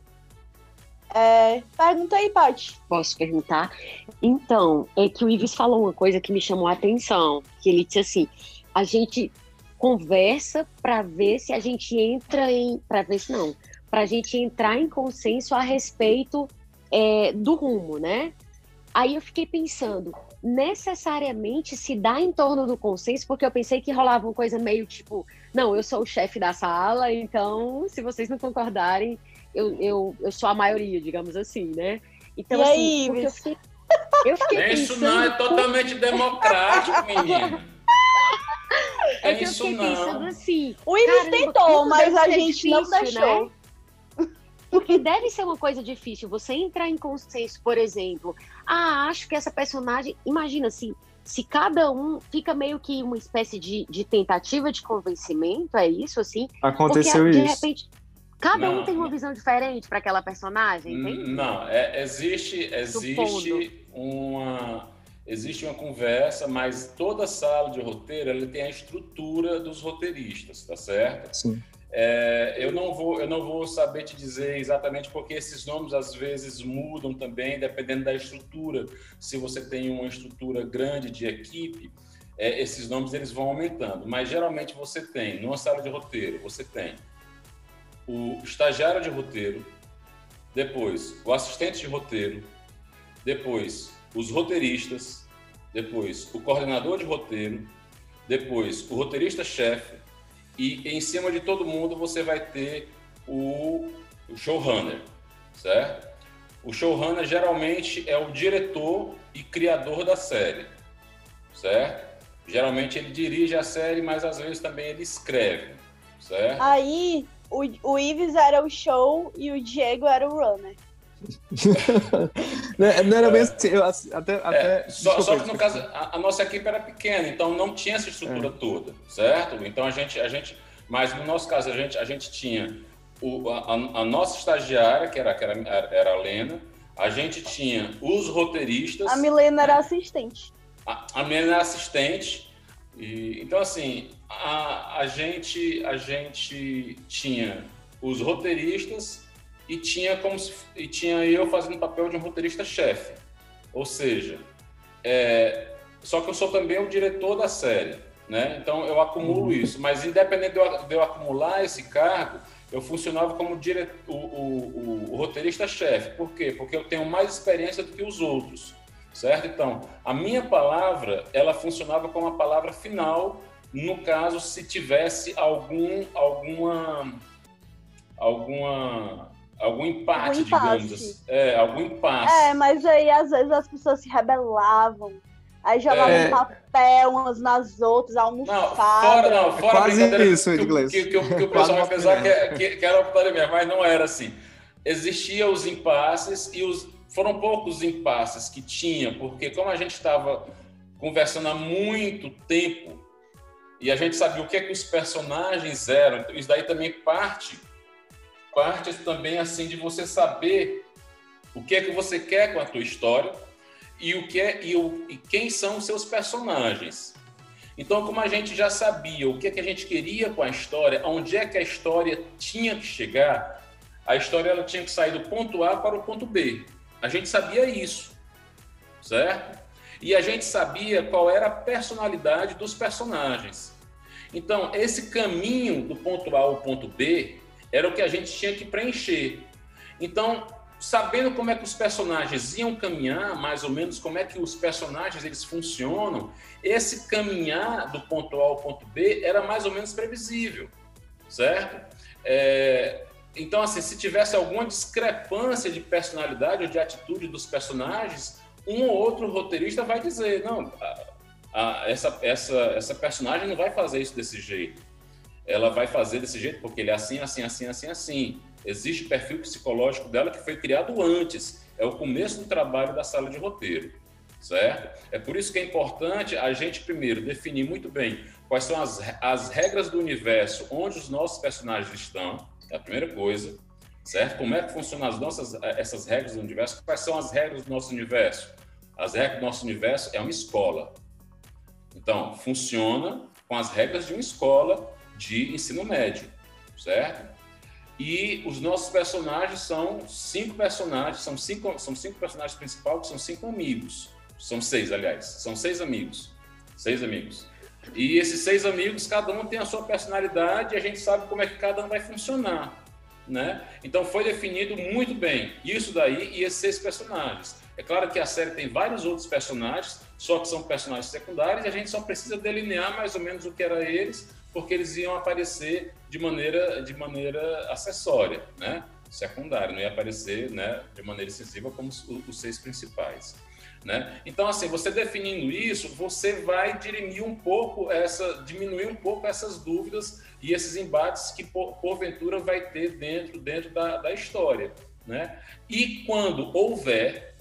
Pergunta aí, Paty. Posso perguntar? Então, é que o Ives falou uma coisa que me chamou a atenção, que ele disse assim, a gente conversa para ver se a gente entra para a gente entrar em consenso a respeito do rumo, né? Aí eu fiquei pensando, necessariamente se dá em torno do consenso, porque eu pensei que rolava uma coisa meio tipo, não, eu sou o chefe da sala, então se vocês não concordarem, eu sou a maioria, digamos assim, né? Então, e assim, aí, porque eu fiquei pensando... Isso não é totalmente democrático, menino. É que eu fiquei pensando assim... O Ives tentou, mas a gente difícil, não deixou. Né? Porque deve ser uma coisa difícil você entrar em consenso, por exemplo. Acho que essa personagem... Imagina assim, se cada um fica meio que uma espécie de tentativa de convencimento, é isso, assim? Aconteceu porque, isso. De repente, cada um tem uma visão diferente para aquela personagem, entende? Não, existe uma conversa, mas toda sala de roteiro ela tem a estrutura dos roteiristas, tá certo? Sim. Eu não vou saber te dizer exatamente porque esses nomes às vezes mudam também, dependendo da estrutura. Se você tem uma estrutura grande de equipe, esses nomes eles vão aumentando. Mas geralmente você tem, numa sala de roteiro, você tem o estagiário de roteiro, depois o assistente de roteiro, depois os roteiristas, depois o coordenador de roteiro, depois o roteirista-chefe, e em cima de todo mundo você vai ter o showrunner, certo? O showrunner geralmente é o diretor e criador da série, certo? Geralmente ele dirige a série, mas às vezes também ele escreve, certo? Aí o Ives era o show e o Diego era o runner. Não era bem assim, só que no caso a nossa equipe era pequena, então não tinha essa estrutura toda, certo? Então mas no nosso caso a gente tinha a nossa estagiária que era a Lena, a gente tinha os roteiristas, a Milena era assistente, a Milena era assistente, e então assim a gente tinha os roteiristas e tinha eu fazendo o papel de um roteirista-chefe. Ou seja, só que eu sou também o diretor da série, né? Então eu acumulo isso. Mas independente de eu acumular esse cargo, eu funcionava como o roteirista-chefe. Por quê? Porque eu tenho mais experiência do que os outros, certo? Então, a minha palavra, ela funcionava como a palavra final, no caso, se tivesse algum empate, digamos assim. Algum impasse. Mas aí às vezes as pessoas se rebelavam. Aí jogavam papel umas nas outras, almofadas. Fora quase isso em inglês. Que o pessoal vai pensar que era putaria mesmo, mas não era assim. Existiam os impasses e foram poucos os impasses que tinha, porque como a gente estava conversando há muito tempo e a gente sabia o que os personagens eram, então isso daí também parte também assim de você saber o que é que você quer com a tua história e quem são os seus personagens. Então, como a gente já sabia o que é que a gente queria com a história, onde é que a história tinha que chegar, a história ela tinha que sair do ponto A para o ponto B. A gente sabia isso, certo? E a gente sabia qual era a personalidade dos personagens. Então, esse caminho do ponto A ao ponto B era o que a gente tinha que preencher. Então, sabendo como é que os personagens iam caminhar, mais ou menos como é que os personagens eles funcionam, esse caminhar do ponto A ao ponto B era mais ou menos previsível, certo? Então, assim, se tivesse alguma discrepância de personalidade ou de atitude dos personagens, um ou outro roteirista vai dizer, não, essa personagem não vai fazer isso desse jeito. Ela vai fazer desse jeito porque ele é assim, assim, assim, assim, assim. Existe o perfil psicológico dela que foi criado antes. É o começo do trabalho da sala de roteiro, certo? É por isso que é importante a gente, primeiro, definir muito bem quais são as regras do universo onde os nossos personagens estão, é a primeira coisa, certo? Como é que funcionam essas regras do universo? Quais são as regras do nosso universo? As regras do nosso universo é uma escola. Então, funciona com as regras de uma escola de ensino médio, certo? E os nossos personagens são 5 personagens, são cinco personagens principais, que são 5 amigos. São 6, aliás. São 6 amigos. 6 amigos. E esses 6 amigos, cada um tem a sua personalidade e a gente sabe como é que cada um vai funcionar, né? Então foi definido muito bem isso daí e esses 6 personagens. É claro que a série tem vários outros personagens, só que são personagens secundários e a gente só precisa delinear mais ou menos o que era eles, porque eles iam aparecer de maneira acessória, né? Secundária, não ia aparecer, né, de maneira excessiva como os 6 principais, né? Então, assim, você definindo isso, você vai diminuir um pouco essas dúvidas e esses embates que porventura vai ter dentro da história, né? E quando houver,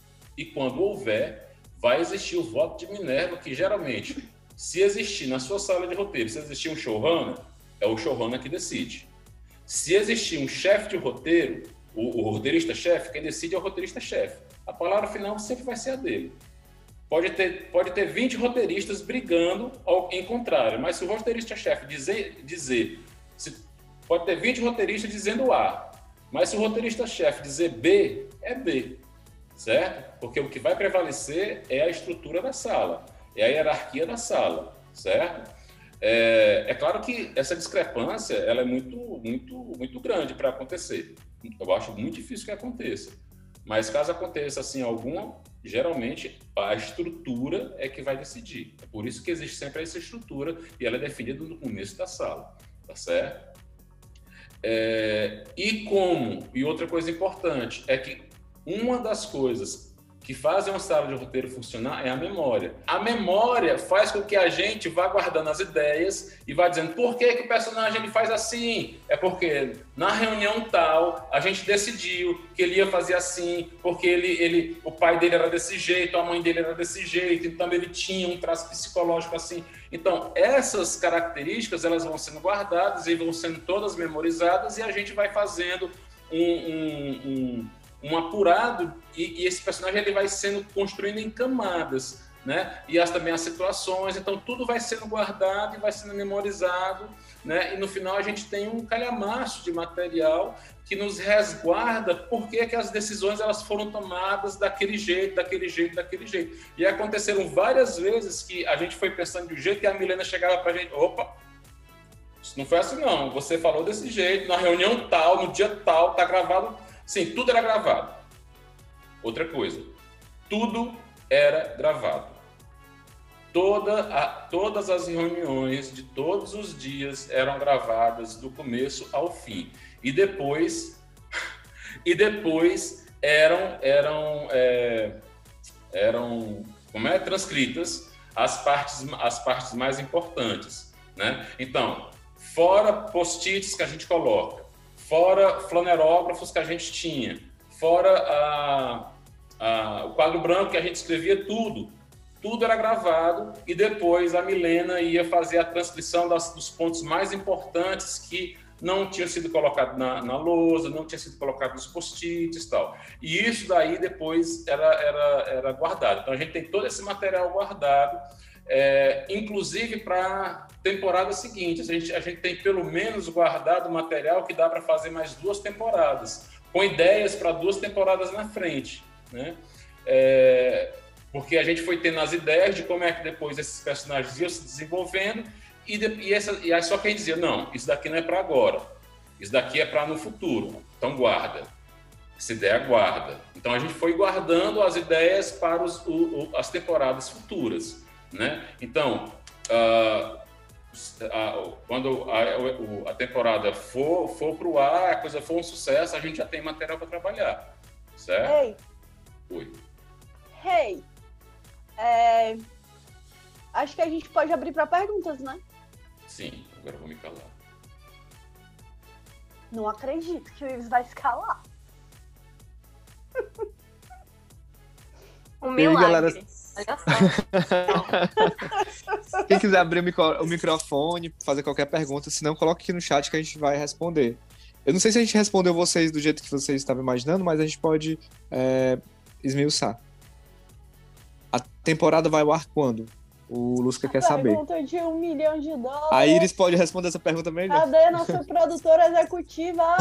vai existir o voto de Minerva, que geralmente, se existir na sua sala de roteiro, se existir um showrunner, é o showrunner que decide. Se existir um chefe de roteiro, o roteirista-chefe, quem decide é o roteirista-chefe. A palavra final sempre vai ser a dele. Pode ter 20 roteiristas brigando em contrário, mas se o roteirista-chefe pode ter 20 roteiristas dizendo A, mas se o roteirista-chefe dizer B, é B, certo? Porque o que vai prevalecer é a estrutura da sala, é a hierarquia da sala, certo? É claro que essa discrepância ela é muito grande para acontecer. Eu acho muito difícil que aconteça. Mas caso aconteça assim alguma, geralmente a estrutura é que vai decidir. É por isso que existe sempre essa estrutura e ela é definida no começo da sala, tá certo? E outra coisa importante é que uma das coisas que fazem uma sala de roteiro funcionar é a memória. A memória faz com que a gente vá guardando as ideias e vá dizendo por que o personagem ele faz assim. É porque na reunião tal, a gente decidiu que ele ia fazer assim, porque o pai dele era desse jeito, a mãe dele era desse jeito, então ele tinha um traço psicológico assim. Então, essas características elas vão sendo guardadas e vão sendo todas memorizadas e a gente vai fazendo um apurado e esse personagem ele vai sendo construído em camadas, né? E também as situações, então tudo vai sendo guardado e vai sendo memorizado, né? E no final a gente tem um calhamaço de material que nos resguarda por que as decisões elas foram tomadas daquele jeito. E aconteceram várias vezes que a gente foi pensando de um jeito e a Milena chegava pra gente, opa, isso não foi assim não, você falou desse jeito, na reunião tal, no dia tal, tá gravado. Sim, tudo era gravado. Outra coisa, tudo era gravado. Todas as reuniões de todos os dias eram gravadas do começo ao fim. E depois eram transcritas as partes mais importantes, né? Então, fora post-its que a gente coloca, fora flanerógrafos que a gente tinha, fora o quadro branco que a gente escrevia, tudo era gravado e depois a Milena ia fazer a transcrição dos pontos mais importantes que não tinham sido colocados na lousa, não tinham sido colocados nos post-its e tal. E isso daí depois era guardado. Então a gente tem todo esse material guardado, inclusive para temporada seguinte. A gente tem pelo menos guardado material que dá para fazer mais 2 temporadas, com ideias para 2 temporadas na frente, né? Porque a gente foi tendo as ideias de como é que depois esses personagens iam se desenvolvendo e aí só quem dizia, não, isso daqui não é para agora, isso daqui é para no futuro, então guarda. Essa ideia guarda. Então a gente foi guardando as ideias para as temporadas futuras, né? Então, quando a temporada for para o ar, a coisa for um sucesso, a gente já tem material para trabalhar, certo? Ei. Oi. Hey. Acho que a gente pode abrir para perguntas, né? Sim, agora eu vou me calar. Não acredito que o Ives vai se calar. Um milagre. Galera... Olha só. Quem quiser abrir o microfone, fazer qualquer pergunta, se não, coloque aqui no chat que a gente vai responder. Eu não sei se a gente respondeu vocês do jeito que vocês estavam imaginando, mas a gente pode esmiuçar. A temporada vai ao ar quando? O Lusca quer saber. Pergunta de $1 milhão. A Iris pode responder essa pergunta melhor? Cadê a nossa produtora executiva?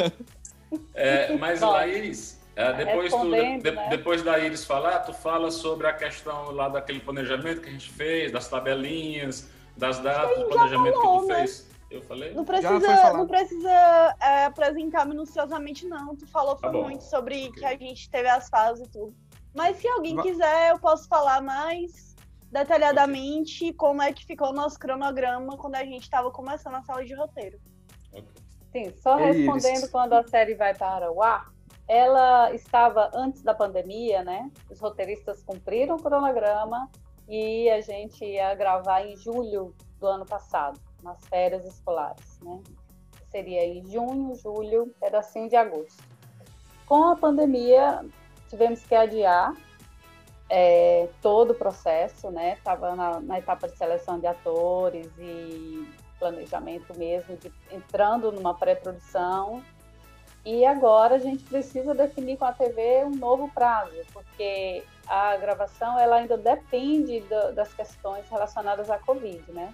Mas a Iris, depois da Iris falar, tu fala sobre a questão lá daquele planejamento que a gente fez, das tabelinhas, das datas, do planejamento que tu fez. Eu falei? Não precisa apresentar minuciosamente, não. Tu falou muito sobre que a gente teve as fases e tudo. Mas se alguém quiser, eu posso falar mais detalhadamente como é que ficou o nosso cronograma quando a gente estava começando a sala de roteiro. Sim, só respondendo quando a série vai para o ar, ela estava antes da pandemia, né? Os roteiristas cumpriram o cronograma e a gente ia gravar em julho do ano passado, nas férias escolares, né? Seria em junho, julho, pedacinho de agosto. Com a pandemia, tivemos que adiar todo o processo, né? Estava na etapa de seleção de atores e planejamento mesmo, entrando numa pré-produção. E agora a gente precisa definir com a TV um novo prazo, porque a gravação ela ainda depende das questões relacionadas à Covid, né?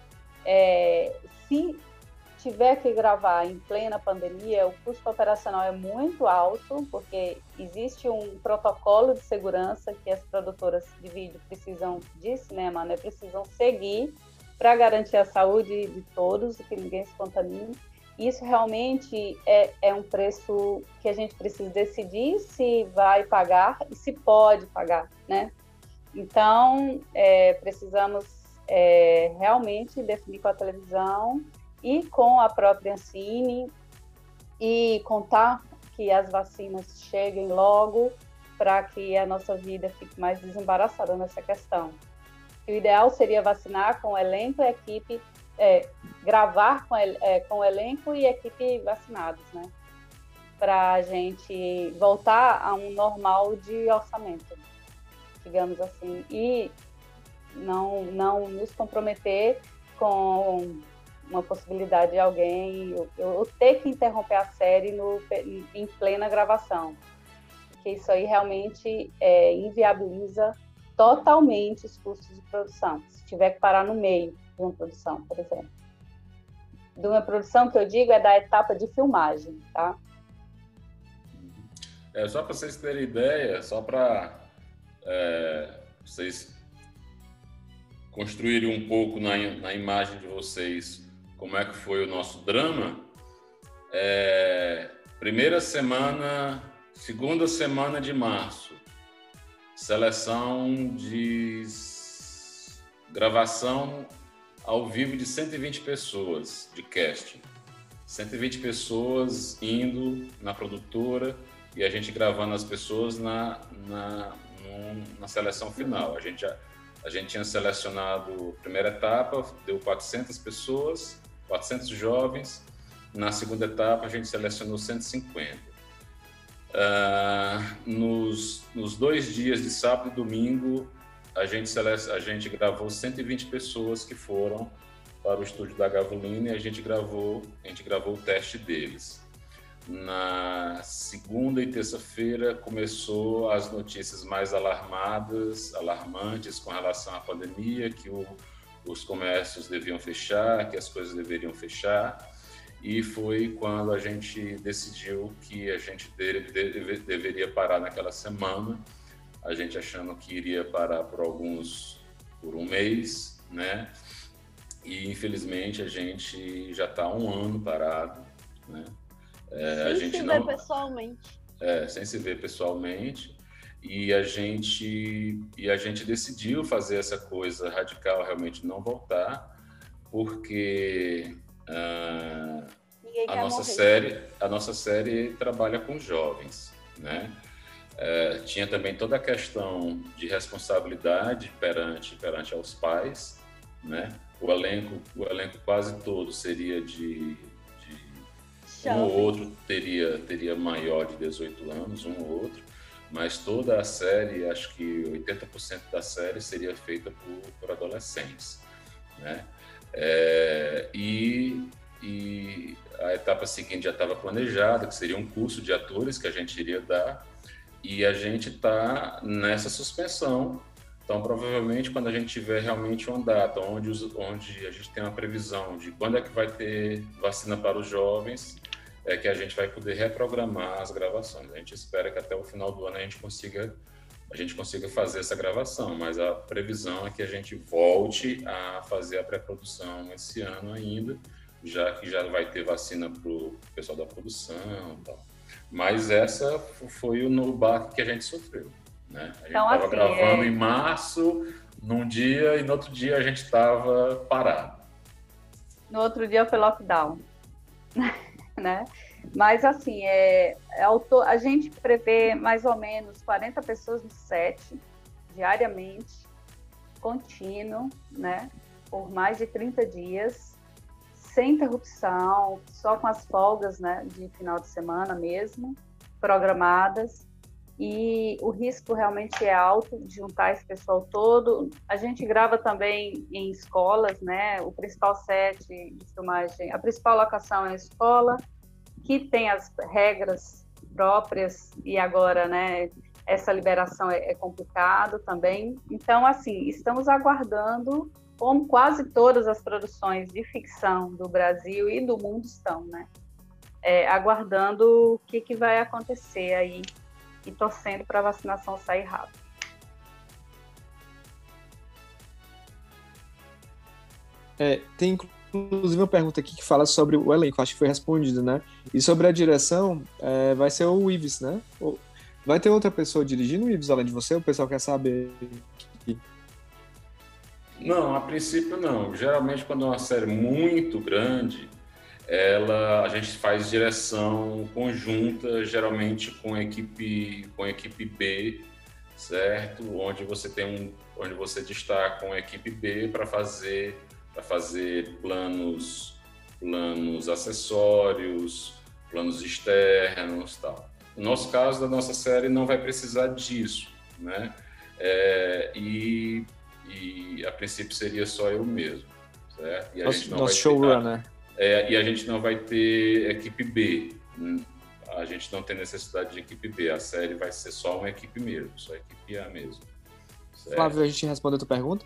Se tiver que gravar em plena pandemia, o custo operacional é muito alto, porque existe um protocolo de segurança que as produtoras de vídeo precisam, de cinema, né, precisam seguir para garantir a saúde de todos e que ninguém se contamine. Isso realmente é um preço que a gente precisa decidir se vai pagar e se pode pagar, né? Então, precisamos realmente definir com a televisão e com a própria Ancine e contar que as vacinas cheguem logo para que a nossa vida fique mais desembaraçada nessa questão. O ideal seria vacinar com o elenco e equipe, gravar com o elenco e equipe vacinados, né? Para a gente voltar a um normal de orçamento, digamos assim, e não nos comprometer com uma possibilidade de alguém eu ter que interromper a série em plena gravação, porque isso aí realmente inviabiliza totalmente os custos de produção, se tiver que parar no meio de uma produção, por exemplo. De uma produção que eu digo é da etapa de filmagem, tá? Só para vocês terem ideia, só para vocês construírem um pouco na imagem de vocês como é que foi o nosso drama. Segunda semana de março, seleção de gravação ao vivo de 120 pessoas de casting. 120 pessoas indo na produtora e a gente gravando as pessoas na seleção final. A gente tinha selecionado a primeira etapa, deu 400 pessoas, 400 jovens. Na segunda etapa, a gente selecionou 150. Nos 2 dias de sábado e domingo, a gente gravou 120 pessoas que foram para o estúdio da Gavolina e a gente gravou o teste deles. Na segunda e terça-feira começou as notícias mais alarmantes com relação à pandemia, que os comércios deviam fechar, que as coisas deveriam fechar, e foi quando a gente decidiu que a gente deveria parar naquela semana, a gente achando que iria parar por um mês, né? E, infelizmente, a gente já está há um ano parado, né? Sem se ver pessoalmente. Sem se ver pessoalmente. E a gente decidiu fazer essa coisa radical, realmente não voltar, porque a nossa série trabalha com jovens, né? Tinha também toda a questão de responsabilidade perante aos pais, né? O elenco quase todo seria de um ou outro teria maior de 18 anos, um ou outro, mas toda a série, acho que 80% da série seria feita por adolescentes, né? E a etapa seguinte já estava planejada, que seria um curso de atores que a gente iria dar, e a gente está nessa suspensão. Então, provavelmente, quando a gente tiver realmente uma data onde a gente tem uma previsão de quando é que vai ter vacina para os jovens, é que a gente vai poder reprogramar as gravações. A gente espera que até o final do ano a gente consiga fazer essa gravação, mas a previsão é que a gente volte a fazer a pré-produção esse ano ainda, já que já vai ter vacina para o pessoal da produção e tal. Mas essa foi o baque que a gente sofreu, né? A gente estava gravando em março, num dia, e no outro dia a gente estava parado. No outro dia foi lockdown, né? Mas assim, a gente prevê mais ou menos 40 pessoas no set, diariamente, contínuo, né? Por mais de 30 dias, sem interrupção, só com as folgas, né, de final de semana mesmo, programadas. E o risco realmente é alto de juntar esse pessoal todo. A gente grava também em escolas, né? O principal set de filmagem, a principal locação é a escola, que tem as regras próprias, e agora, né, essa liberação é complicado também. Então, assim, estamos aguardando, como quase todas as produções de ficção do Brasil e do mundo estão, né? Aguardando o que vai acontecer aí e torcendo para a vacinação sair rápido. Tem inclusive uma pergunta aqui que fala sobre o elenco, acho que foi respondido, né? E sobre a direção, vai ser o Ives, né? Vai ter outra pessoa dirigindo o Ives além de você? O pessoal quer saber. Não, a princípio não. Geralmente, quando é uma série muito grande, a gente faz direção conjunta, geralmente com a equipe B, certo? Onde você destaca uma equipe B para fazer planos acessórios, planos externos, tal. No nosso caso, da nossa série, não vai precisar disso, né? E a princípio seria só eu mesmo, certo? E nosso showrunner. E a gente não vai ter equipe B. A gente não tem necessidade de equipe B. A série vai ser só uma equipe mesmo, só a equipe A mesmo. Certo? Flávio, a gente respondeu a tua pergunta?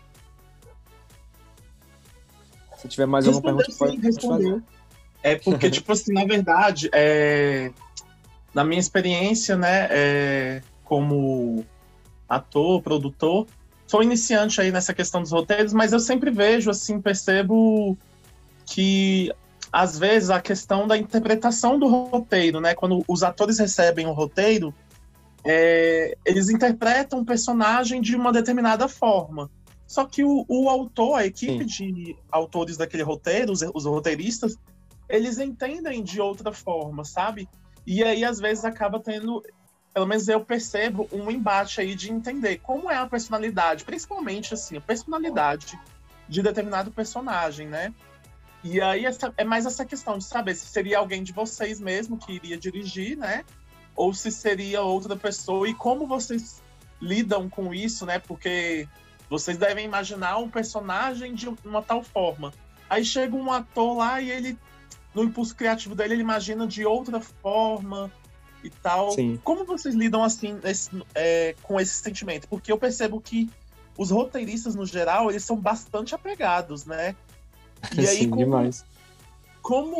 Se tiver mais alguma pergunta, pode responder. Porque, tipo assim, na verdade, na minha experiência, né, como ator, produtor, sou iniciante aí nessa questão dos roteiros, mas eu sempre vejo, assim, percebo que, às vezes, a questão da interpretação do roteiro, né, quando os atores recebem o roteiro, eles interpretam o personagem de uma determinada forma. Só que o autor, a equipe de autores daquele roteiro, os roteiristas, eles entendem de outra forma, sabe? E aí, às vezes, acaba tendo, pelo menos eu percebo, um embate aí de entender como é a personalidade, principalmente, assim, a personalidade de determinado personagem, né? E aí é mais essa questão de saber se seria alguém de vocês mesmo que iria dirigir, né? Ou se seria outra pessoa, e como vocês lidam com isso, né? Porque vocês devem imaginar um personagem de uma tal forma. Aí chega um ator lá e ele, no impulso criativo dele, ele imagina de outra forma e tal. Sim. Como vocês lidam, assim, com esse sentimento? Porque eu percebo que os roteiristas, no geral, eles são bastante apegados, né? E aí, Sim, demais. Como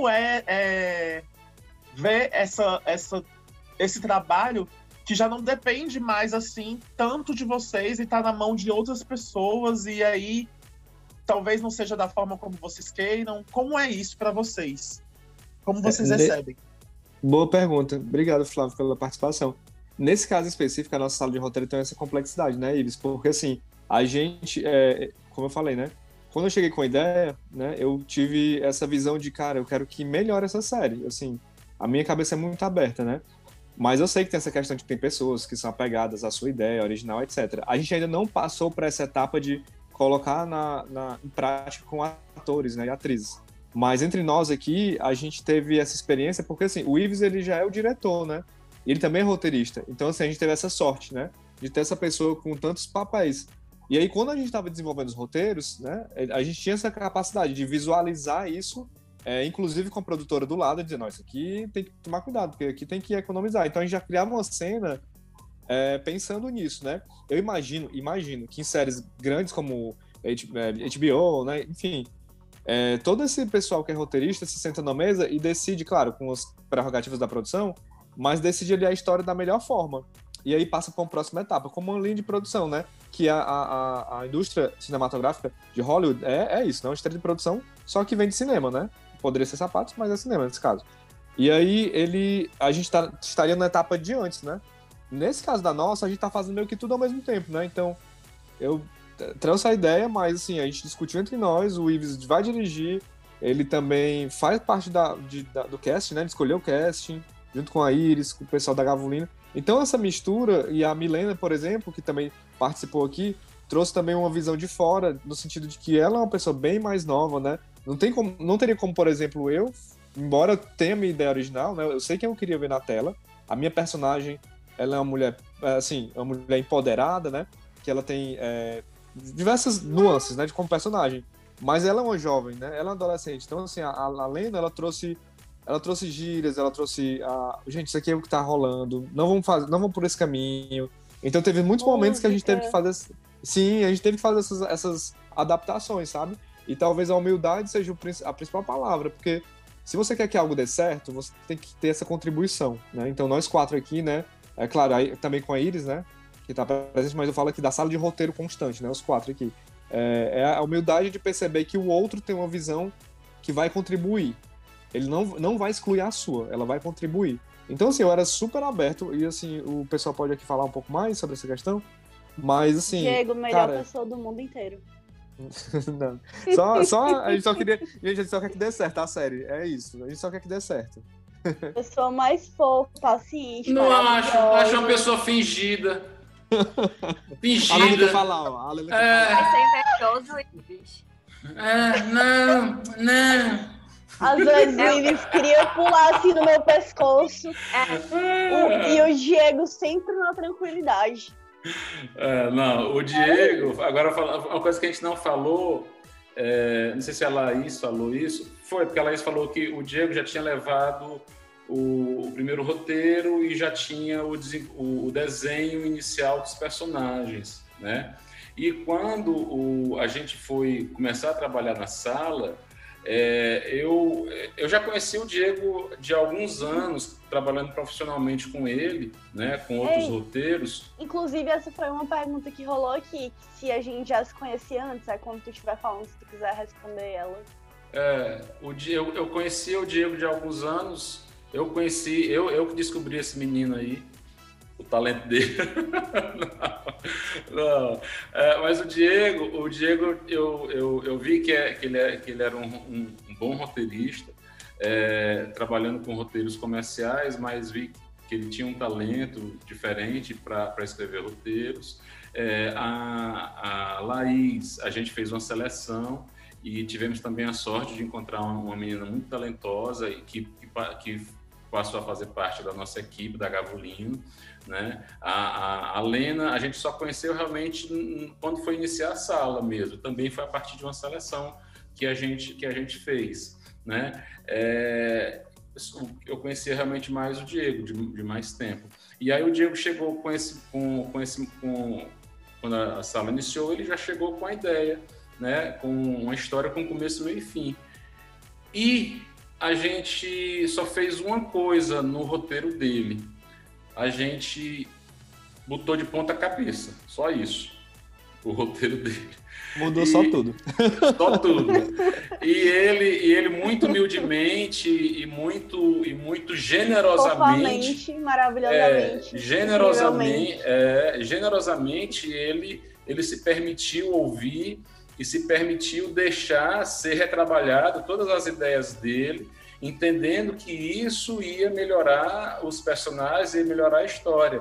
ver esse trabalho que já não depende mais, assim, tanto de vocês e tá na mão de outras pessoas, e aí talvez não seja da forma como vocês queiram. Como é isso para vocês? Como vocês recebem? Boa pergunta. Obrigado, Flávio, pela participação. Nesse caso específico, a nossa sala de roteiro tem essa complexidade, né, Ives? Porque, assim, a gente, como eu falei, né, quando eu cheguei com a ideia, né, eu tive essa visão de, cara, eu quero que melhore essa série. Assim, a minha cabeça é muito aberta, né? Mas eu sei que tem essa questão de que tem pessoas que são apegadas à sua ideia original, etc. A gente ainda não passou por essa etapa de colocar em prática com atores, né, e atrizes. Mas entre nós aqui, a gente teve essa experiência, porque assim, o Ives, ele já é o diretor, né? Ele também é roteirista. Então, assim, a gente teve essa sorte, né? De ter essa pessoa com tantos papéis. E aí, quando a gente estava desenvolvendo os roteiros, né? A gente tinha essa capacidade de visualizar isso, inclusive com a produtora do lado, dizendo, isso aqui tem que tomar cuidado, porque aqui tem que economizar. Então, a gente já criava uma cena pensando nisso, né? Eu imagino que em séries grandes como HBO, né? Enfim, todo esse pessoal que é roteirista se senta na mesa e decide, claro, com as prerrogativas da produção, mas decide ali a história da melhor forma. E aí passa para uma próxima etapa, como uma linha de produção, né? Que a indústria cinematográfica de Hollywood é isso, né? Uma indústria de produção, só que vem de cinema, né? Poderia ser sapatos, mas é cinema nesse caso. E aí a gente estaria na etapa de antes, né? Nesse caso da nossa, a gente tá fazendo meio que tudo ao mesmo tempo, né? Então, eu trouxe a ideia, mas assim, a gente discutiu entre nós, o Ives vai dirigir, ele também faz parte do casting, né? Ele escolheu o casting, junto com a Iris, com o pessoal da Gavulina. Então essa mistura, e a Milena, por exemplo, que também participou aqui, trouxe também uma visão de fora, no sentido de que ela é uma pessoa bem mais nova, né? Não teria como, por exemplo, eu, embora eu tenha a minha ideia original, né? Eu sei quem eu queria ver na tela, a minha personagem, ela é uma mulher, assim, uma mulher empoderada, né? Que ela tem diversas nuances, né? Como personagem. Mas ela é uma jovem, né? Ela é uma adolescente. Então, assim, a Lena, ela trouxe gírias, ela trouxe gente, isso aqui é o que tá rolando, não vamos por esse caminho. Então teve muitos momentos que a gente teve que fazer, sim, a gente teve que fazer essas adaptações, sabe? E talvez a humildade seja a principal palavra, porque se você quer que algo dê certo, você tem que ter essa contribuição, né? Então nós 4 aqui, né? É claro, aí, também com a Iris, né? Que tá presente, mas eu falo aqui da sala de roteiro constante, né? Os 4 aqui. É a humildade de perceber que o outro tem uma visão que vai contribuir. Ele não vai excluir a sua, ela vai contribuir. Então, assim, eu era super aberto e, assim, o pessoal pode aqui falar um pouco mais sobre essa questão, mas, assim... Diego, melhor pessoa do mundo inteiro. Não. A gente só quer que dê certo, a série. É isso, a gente só quer que dê certo. Pessoa mais fofa, paciente, não acho uma pessoa fingida. A Lena quer falar, ó. Vai ser invejoso e bicho. Não. Às vezes eles queriam pular assim no meu pescoço. E o Diego sempre na tranquilidade. Não, o Diego, agora uma coisa que a gente não falou, não sei se a Laís falou isso, foi porque a Laís falou que o Diego já tinha levado o primeiro roteiro e já tinha o desenho inicial dos personagens, né? E quando a gente foi começar a trabalhar na sala, eu já conheci o Diego de alguns anos, trabalhando profissionalmente com ele, né, com outros roteiros. Inclusive, essa foi uma pergunta que rolou aqui, que se a gente já se conhecia antes, quando tu estiver falando, se tu quiser responder ela. Eu conheci o Diego de alguns anos, eu que descobri esse menino aí, o talento dele. Não. Mas o Diego eu vi que ele era um bom roteirista, trabalhando com roteiros comerciais, mas vi que ele tinha um talento diferente para escrever roteiros. A Laís, a gente fez uma seleção e tivemos também a sorte de encontrar uma menina muito talentosa e que passou a fazer parte da nossa equipe, da Gavulino, né? A Lena, a gente só conheceu realmente quando foi iniciar a sala mesmo, também foi a partir de uma seleção que a gente fez, né? Eu conhecia realmente mais o Diego, de mais tempo. E aí o Diego chegou quando a sala iniciou, ele já chegou com a ideia, né? Com uma história com começo, meio e fim. E a gente só fez uma coisa no roteiro dele. A gente botou de ponta cabeça, só isso. o roteiro dele. Mudou só tudo. Só tudo. E ele muito humildemente e muito generosamente... Fofamente, maravilhosamente. Generosamente ele se permitiu ouvir e se permitiu deixar ser retrabalhado todas as ideias dele, entendendo que isso ia melhorar os personagens e melhorar a história.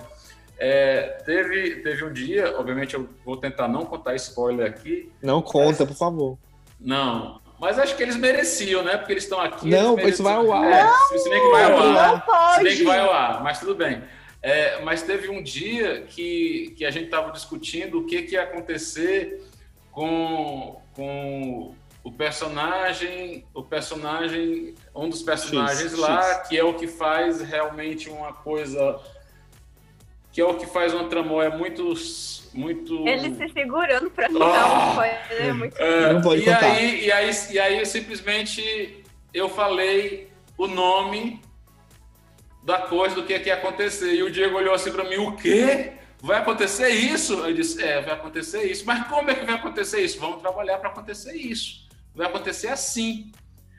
Teve um dia, obviamente eu vou tentar não contar spoiler aqui. Não conta, por favor. Não, mas acho que eles mereciam, né? Porque eles estão aqui. Não, isso vai ao ar. Se bem que vai ao ar. Não pode. Se bem que vai ao ar, mas tudo bem. Mas teve um dia que a gente estava discutindo o que ia acontecer com o personagem, um dos personagens lá, que é o que faz realmente uma coisa, que é o que faz uma tramóia muito... Ele se segurando pra contar uma coisa, muito... Não pode contar. E aí simplesmente eu falei o nome da coisa, do que ia acontecer, e o Diego olhou assim pra mim, o quê? Vai acontecer isso? Eu disse, vai acontecer isso. Mas como é que vai acontecer isso? Vamos trabalhar para acontecer isso. Vai acontecer assim.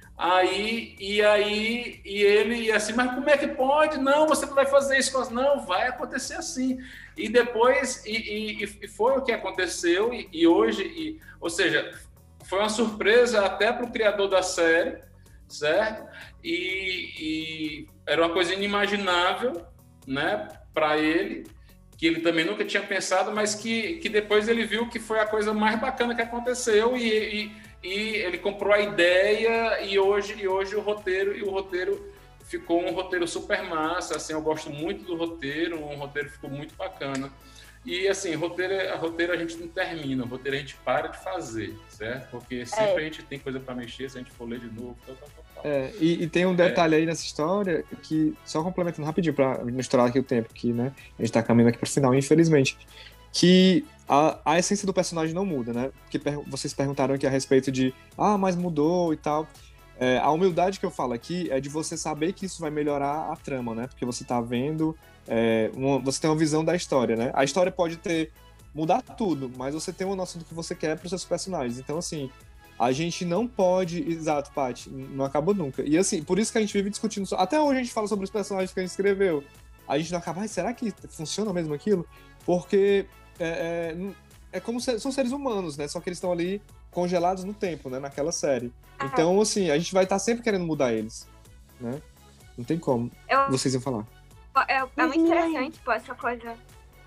E ele assim, mas como é que pode? Não, você não vai fazer isso. Não, vai acontecer assim. E depois, e foi o que aconteceu, e hoje, ou seja, foi uma surpresa até para o criador da série, certo? E era uma coisa inimaginável, né, para ele, que ele também nunca tinha pensado, mas que depois ele viu que foi a coisa mais bacana que aconteceu, e ele comprou a ideia, e hoje o roteiro ficou um roteiro super massa, assim, eu gosto muito do roteiro, um roteiro ficou muito bacana. E assim, roteiro a gente não termina, o roteiro a gente para de fazer, certo? Porque sempre a gente tem coisa para mexer, se a gente for ler de novo, tal. E tem um detalhe aí nessa história que, só complementando rapidinho para misturar aqui o tempo, que, né, a gente tá caminhando aqui pro final, infelizmente, que a essência do personagem não muda, né? Porque vocês perguntaram aqui a respeito de, mas mudou e tal. A humildade que eu falo aqui é de você saber que isso vai melhorar a trama, né? Porque você tá vendo, você tem uma visão da história, né? A história pode mudar tudo, mas você tem uma noção do que você quer para os seus personagens. Então, assim, a gente não pode... Exato, Paty, não acabou nunca. E, assim, por isso que a gente vive discutindo... Até hoje a gente fala sobre os personagens que a gente escreveu. A gente não acaba, será que funciona mesmo aquilo? Porque é como são seres humanos, né? Só que eles estão ali congelados no tempo, né? Naquela série. Então, assim, a gente vai estar sempre querendo mudar eles, né? Não tem como. Vocês iam falar. É muito interessante, pô, essa coisa...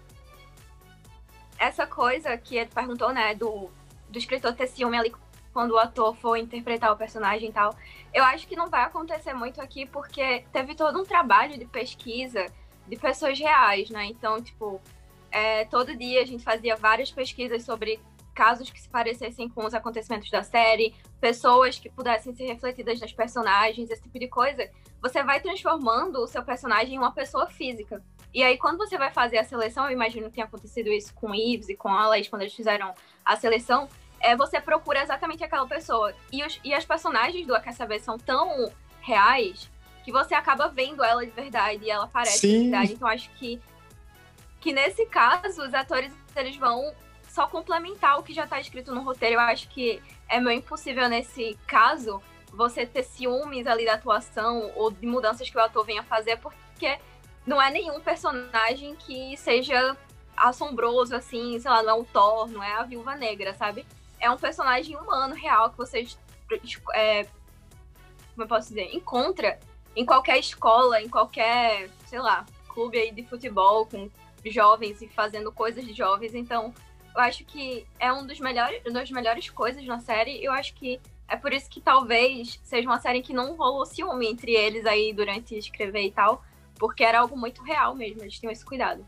Essa coisa que ele perguntou, né? Do escritor ter ciúme ali quando o ator for interpretar o personagem e tal. Eu acho que não vai acontecer muito aqui, porque teve todo um trabalho de pesquisa de pessoas reais, né? Então, tipo, todo dia a gente fazia várias pesquisas sobre casos que se parecessem com os acontecimentos da série, pessoas que pudessem ser refletidas nas personagens, esse tipo de coisa. Você vai transformando o seu personagem em uma pessoa física. E aí, quando você vai fazer a seleção, eu imagino que tenha acontecido isso com o Yves e com a Laís, quando eles fizeram a seleção, você procura exatamente aquela pessoa. E as personagens do A Quer Saber são tão reais que você acaba vendo ela de verdade e ela parece de verdade. Então, acho que nesse caso, os atores eles vão só complementar o que já está escrito no roteiro. Eu acho que é meio impossível, nesse caso, você ter ciúmes ali da atuação ou de mudanças que o ator venha fazer, porque não é nenhum personagem que seja assombroso, assim, sei lá, não é o Thor, não é a Viúva Negra, sabe? É um personagem humano, real, que vocês, como eu posso dizer, encontra em qualquer escola, em qualquer, sei lá, clube aí de futebol, com jovens e fazendo coisas de jovens. Então, eu acho que é uma das melhores coisas na série. Eu acho que é por isso que talvez seja uma série que não rolou ciúme entre eles aí durante escrever e tal, porque era algo muito real mesmo, eles tinham esse cuidado.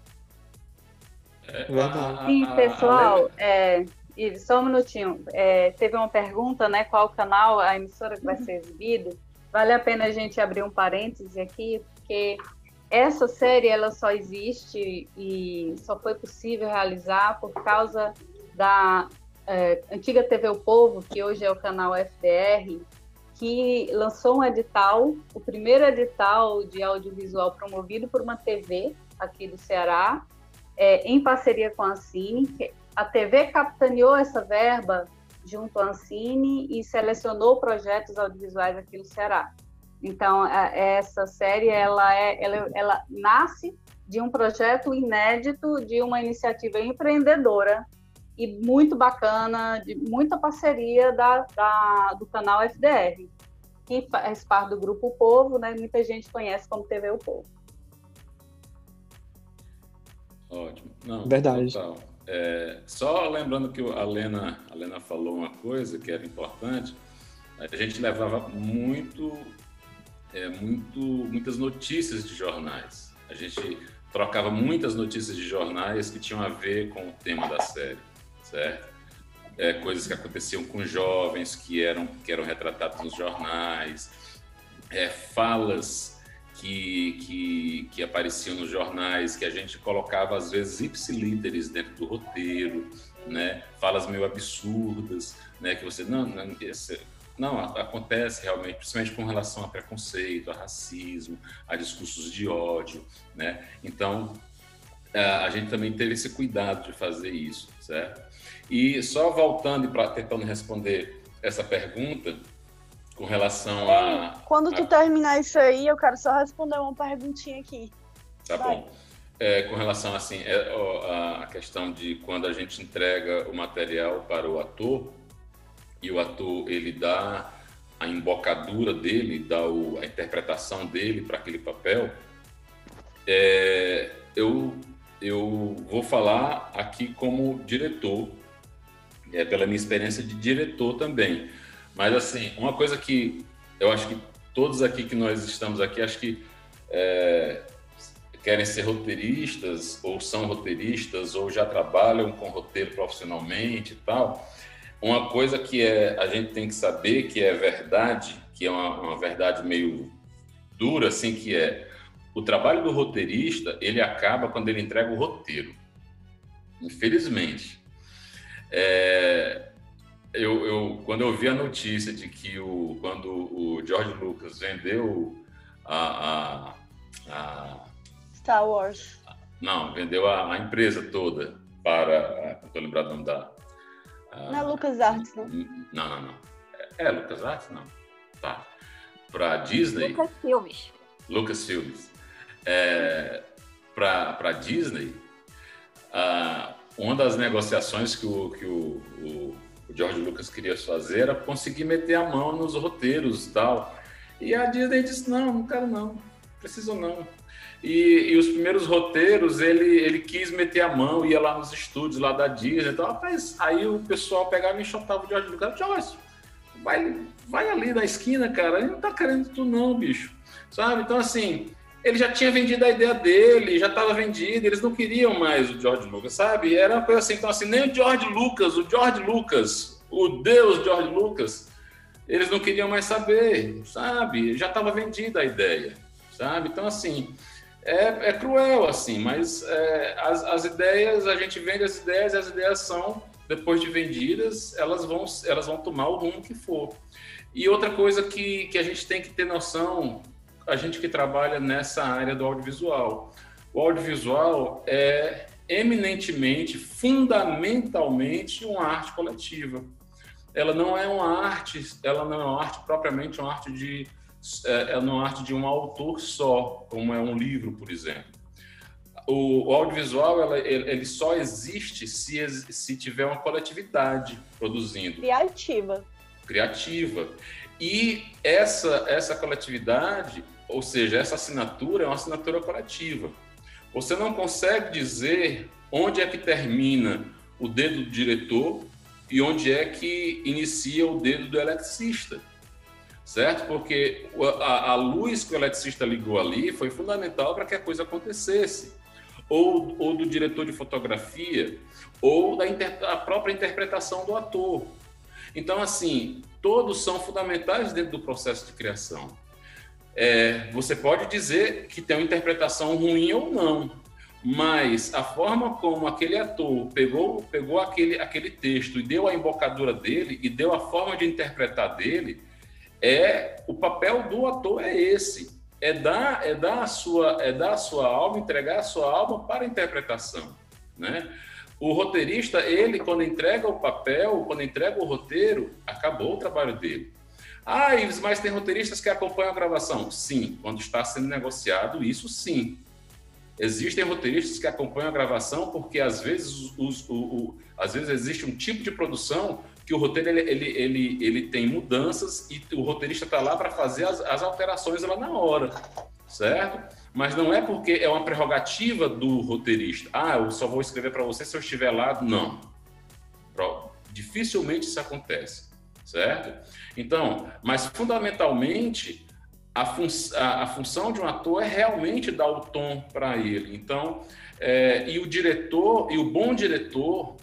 Sim, pessoal, Ives, só um minutinho. Teve uma pergunta, né? Qual canal, a emissora que vai ser exibida? Vale a pena a gente abrir um parêntese aqui, porque essa série ela só existe e só foi possível realizar por causa da antiga TV O Povo, que hoje é o canal FDR, que lançou um edital, o primeiro edital de audiovisual promovido por uma TV aqui do Ceará, em parceria com a Cine, a TV capitaneou essa verba junto à Ancine e selecionou projetos audiovisuais aqui no Ceará. Então, essa série ela nasce de um projeto inédito, de uma iniciativa empreendedora e muito bacana, de muita parceria do canal FDR, que faz parte do Grupo O Povo, né? Muita gente conhece como TV O Povo. Ótimo. Não, verdade. Total. Só lembrando que a Lena falou uma coisa que era importante, a gente levava muitas notícias de jornais. A gente trocava muitas notícias de jornais que tinham a ver com o tema da série, certo? Coisas que aconteciam com jovens que eram retratados nos jornais, falas que apareciam nos jornais, que a gente colocava, às vezes, ipsilíteres dentro do roteiro, né? Falas meio absurdas, né? Que você... Não, acontece realmente, principalmente com relação a preconceito, a racismo, a discursos de ódio, né? Então, a gente também teve esse cuidado de fazer isso, certo? E só voltando e tentando responder essa pergunta com relação a... Quando tu terminar isso aí, eu quero só responder uma perguntinha aqui. Tá bom. Com relação, assim, a questão de quando a gente entrega o material para o ator, e o ator, ele dá a embocadura dele, dá a interpretação dele para aquele papel, eu vou falar aqui como diretor, pela minha experiência de diretor também. Mas, assim, uma coisa que eu acho que todos aqui que nós estamos aqui, acho que querem ser roteiristas, ou são roteiristas, ou já trabalham com roteiro profissionalmente e tal. Uma coisa que a gente tem que saber que é verdade, que é uma verdade meio dura, assim, que o trabalho do roteirista, ele acaba quando ele entrega o roteiro. Infelizmente. Quando eu vi a notícia de que quando o George Lucas vendeu Star Wars. Não, vendeu a empresa toda para... Não estou lembrado o nome da... Não é LucasArts, não? Não. É LucasArts? Não. Tá. Para Disney... Lucasfilmes. Para Disney, uma das negociações que o George Lucas queria fazer era conseguir meter a mão nos roteiros e tal. E a Disney disse, não quero não, preciso não. E os primeiros roteiros, ele quis meter a mão, ia lá nos estúdios lá da Disney. Então, rapaz, aí o pessoal pegava e enxotava o George Lucas. George, vai ali na esquina, cara. Ele não tá querendo tu não, bicho. Sabe? Então, assim, ele já tinha vendido a ideia dele, já estava vendido. Eles não queriam mais o George Lucas, sabe? Era uma coisa assim. Então, assim, nem o George Lucas, o Deus George Lucas, eles não queriam mais saber, sabe? Já estava vendida a ideia, sabe? Então, assim... É cruel, assim, mas as ideias, a gente vende as ideias e as ideias são, depois de vendidas, elas vão tomar o rumo que for. E outra coisa que a gente tem que ter noção, a gente que trabalha nessa área do audiovisual. O audiovisual é eminentemente, fundamentalmente, uma arte coletiva. Ela não é uma arte propriamente uma arte de... uma arte de um autor só, como é um livro, por exemplo. O audiovisual ele só existe se tiver uma coletividade produzindo. Criativa. E essa coletividade, ou seja, essa assinatura é uma assinatura coletiva. Você não consegue dizer onde é que termina o dedo do diretor e onde é que inicia o dedo do eletricista. Certo? Porque a luz que o eletricista ligou ali foi fundamental para que a coisa acontecesse. Ou do diretor de fotografia, ou da própria interpretação do ator. Então, assim, todos são fundamentais dentro do processo de criação. Você pode dizer que tem uma interpretação ruim ou não, mas a forma como aquele ator pegou aquele texto e deu a embocadura dele e deu a forma de interpretar dele, o papel do ator é esse, dar a sua alma, entregar a sua alma para a interpretação, né? O roteirista, ele, quando entrega o papel, quando entrega o roteiro, acabou o trabalho dele. Ah, Ives, mas tem roteiristas que acompanham a gravação? Sim, quando está sendo negociado, isso sim. Existem roteiristas que acompanham a gravação porque, às vezes, às vezes existe um tipo de produção que o roteiro ele tem mudanças e o roteirista está lá para fazer as alterações lá na hora, certo? Mas não é porque é uma prerrogativa do roteirista. Ah, eu só vou escrever para você se eu estiver lá. Não. Dificilmente isso acontece, certo? Então, mas fundamentalmente, a função de um ator é realmente dar o tom para ele. Então, e o diretor, e o bom diretor,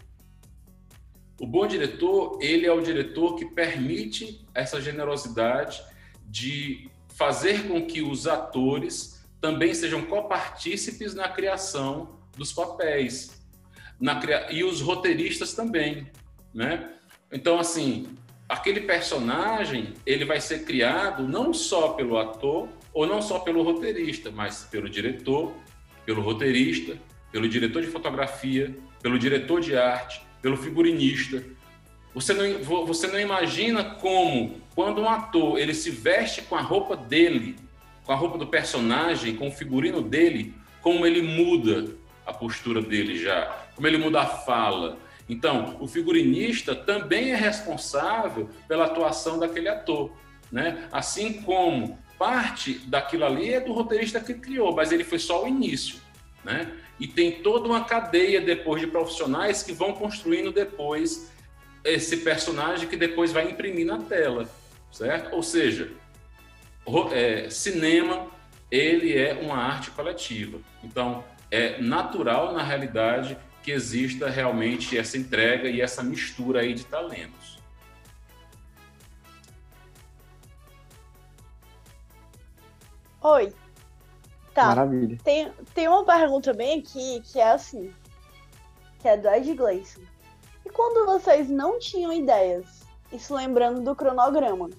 ele é o diretor que permite essa generosidade de fazer com que os atores também sejam copartícipes na criação dos papéis, e os roteiristas também, né? Então, assim, aquele personagem, ele vai ser criado não só pelo ator ou não só pelo roteirista, mas pelo diretor, pelo roteirista, pelo diretor de fotografia, pelo diretor de arte, pelo figurinista. Você não imagina como, quando um ator ele se veste com a roupa dele, com a roupa do personagem, com o figurino dele, como ele muda a postura dele já, como ele muda a fala. Então, o figurinista também é responsável pela atuação daquele ator, né? Assim como parte daquilo ali é do roteirista que criou, mas ele foi só o início, né? E tem toda uma cadeia depois de profissionais que vão construindo depois esse personagem que depois vai imprimir na tela, certo? Ou seja, cinema, ele é uma arte coletiva. Então, é natural, na realidade, que exista realmente essa entrega e essa mistura aí de talentos. Oi. Tá. Maravilha. Tem uma pergunta bem aqui que é assim, que é do Ed Gleison. E quando vocês não tinham ideias, isso lembrando do cronograma?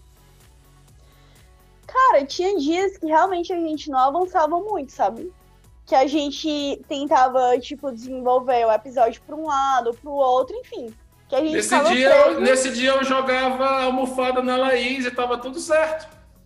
Cara, tinha dias que realmente a gente não avançava muito, sabe? Que a gente tentava, tipo, desenvolver o episódio para um lado, para o outro, enfim. Que a gente nesse dia eu jogava a almofada na Laís e tava tudo certo.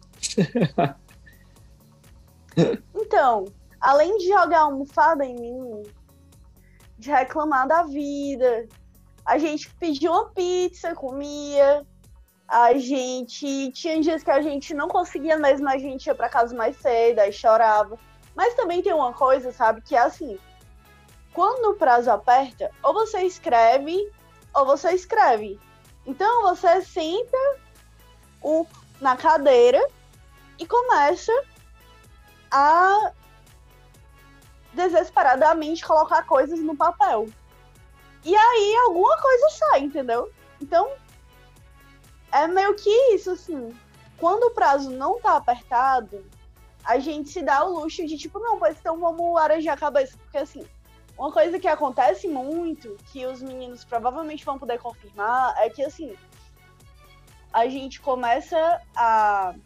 Então, além de jogar a almofada em mim, de reclamar da vida, a gente pedia uma pizza, comia, a gente tinha dias que a gente não conseguia mesmo, a gente ia para casa mais cedo, aí chorava. Mas também tem uma coisa, sabe, que é assim, quando o prazo aperta, ou você escreve, ou você escreve. Então, você senta na cadeira e começa a desesperadamente colocar coisas no papel. E aí, alguma coisa sai, entendeu? Então, é meio que isso, assim. Quando o prazo não tá apertado, a gente se dá o luxo de, tipo, não, pois então vamos aranjar a cabeça. Porque, assim, uma coisa que acontece muito, que os meninos provavelmente vão poder confirmar, é que, assim, a gente começa a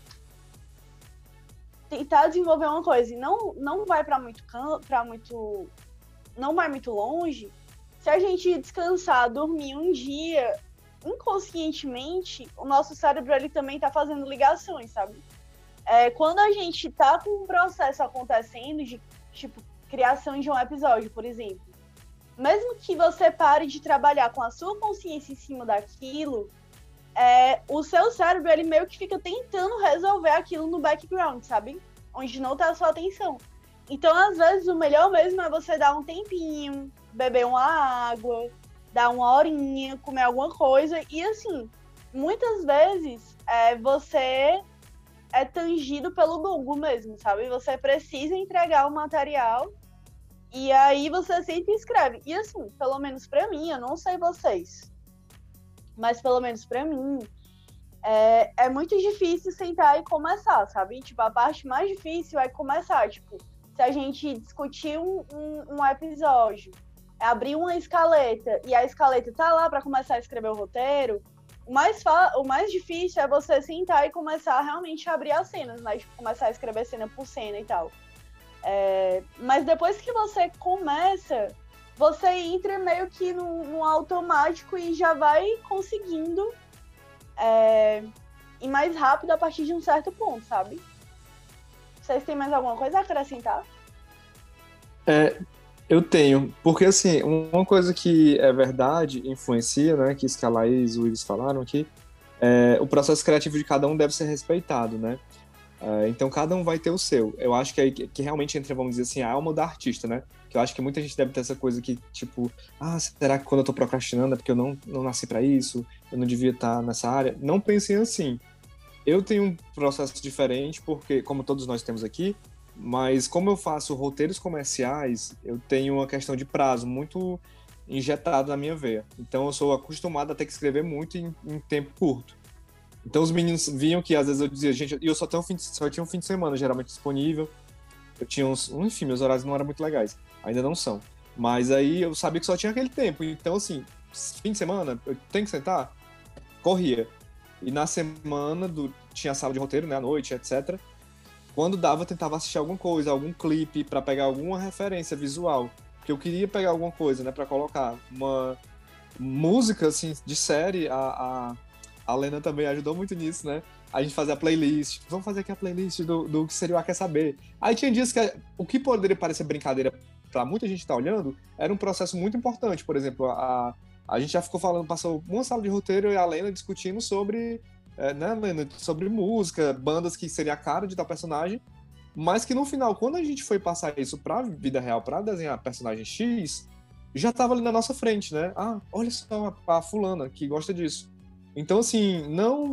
tentar desenvolver uma coisa e não vai não vai muito longe. Se a gente descansar, dormir um dia, inconscientemente, o nosso cérebro ele também tá fazendo ligações, sabe? Quando a gente tá com um processo acontecendo de, tipo, criação de um episódio, por exemplo, mesmo que você pare de trabalhar com a sua consciência em cima daquilo, o seu cérebro, ele meio que fica tentando resolver aquilo no background, sabe? Onde não tá a sua atenção. Então, às vezes, o melhor mesmo é você dar um tempinho, beber uma água, dar uma horinha, comer alguma coisa. E, assim, muitas vezes, você é tangido pelo bumbo mesmo, sabe? Você precisa entregar o material e aí você sempre escreve. E, assim, pelo menos pra mim, eu não sei vocês, mas pelo menos pra mim, é muito difícil sentar e começar, sabe? Tipo, a parte mais difícil é começar. Tipo, se a gente discutir um episódio, abrir uma escaleta e a escaleta tá lá pra começar a escrever o roteiro, o mais difícil é você sentar e começar a realmente abrir as cenas, né? Tipo, começar a escrever cena por cena e tal. Mas depois que você começa, você entra meio que no automático e já vai conseguindo ir mais rápido a partir de um certo ponto, sabe? Vocês têm mais alguma coisa a acrescentar? Eu tenho, porque assim, uma coisa que é verdade, influencia, né, que isso que a Laís e o Ives falaram aqui, o processo criativo de cada um deve ser respeitado, né? Então cada um vai ter o seu. Eu acho que aí que realmente entra, vamos dizer assim, a alma do artista, né? Que eu acho que muita gente deve ter essa coisa que, tipo, será que quando eu tô procrastinando é porque eu não nasci pra isso? Eu não devia estar nessa área? Não pensem assim. Eu tenho um processo diferente, porque, como todos nós temos aqui, mas como eu faço roteiros comerciais, eu tenho uma questão de prazo muito injetado na minha veia. Então eu sou acostumado a ter que escrever muito em tempo curto. Então os meninos viam que às vezes eu dizia, gente, eu só tinha um fim de semana geralmente disponível. Eu tinha enfim, meus horários não eram muito legais. Ainda não são. Mas aí eu sabia que só tinha aquele tempo. Então assim, fim de semana, eu tenho que sentar, corria. E na semana tinha a sala de roteiro, né, à noite, etc. Quando dava, eu tentava assistir alguma coisa, algum clipe, para pegar alguma referência visual. Porque eu queria pegar alguma coisa, né, para colocar. Uma música, assim, de série, a Lena também ajudou muito nisso, né? A gente fazia a playlist. Vamos fazer aqui a playlist do que seria o Quer Saber. Aí tinha dias que o que poderia parecer brincadeira para muita gente estar olhando, era um processo muito importante. Por exemplo, a gente já ficou passou uma sala de roteiro e a Lena discutindo sobre... né, Lena, sobre música, bandas que seria a cara de tal personagem, mas que no final, quando a gente foi passar isso pra vida real, pra desenhar personagem X, já tava ali na nossa frente, né? Olha só a fulana que gosta disso. Então, assim,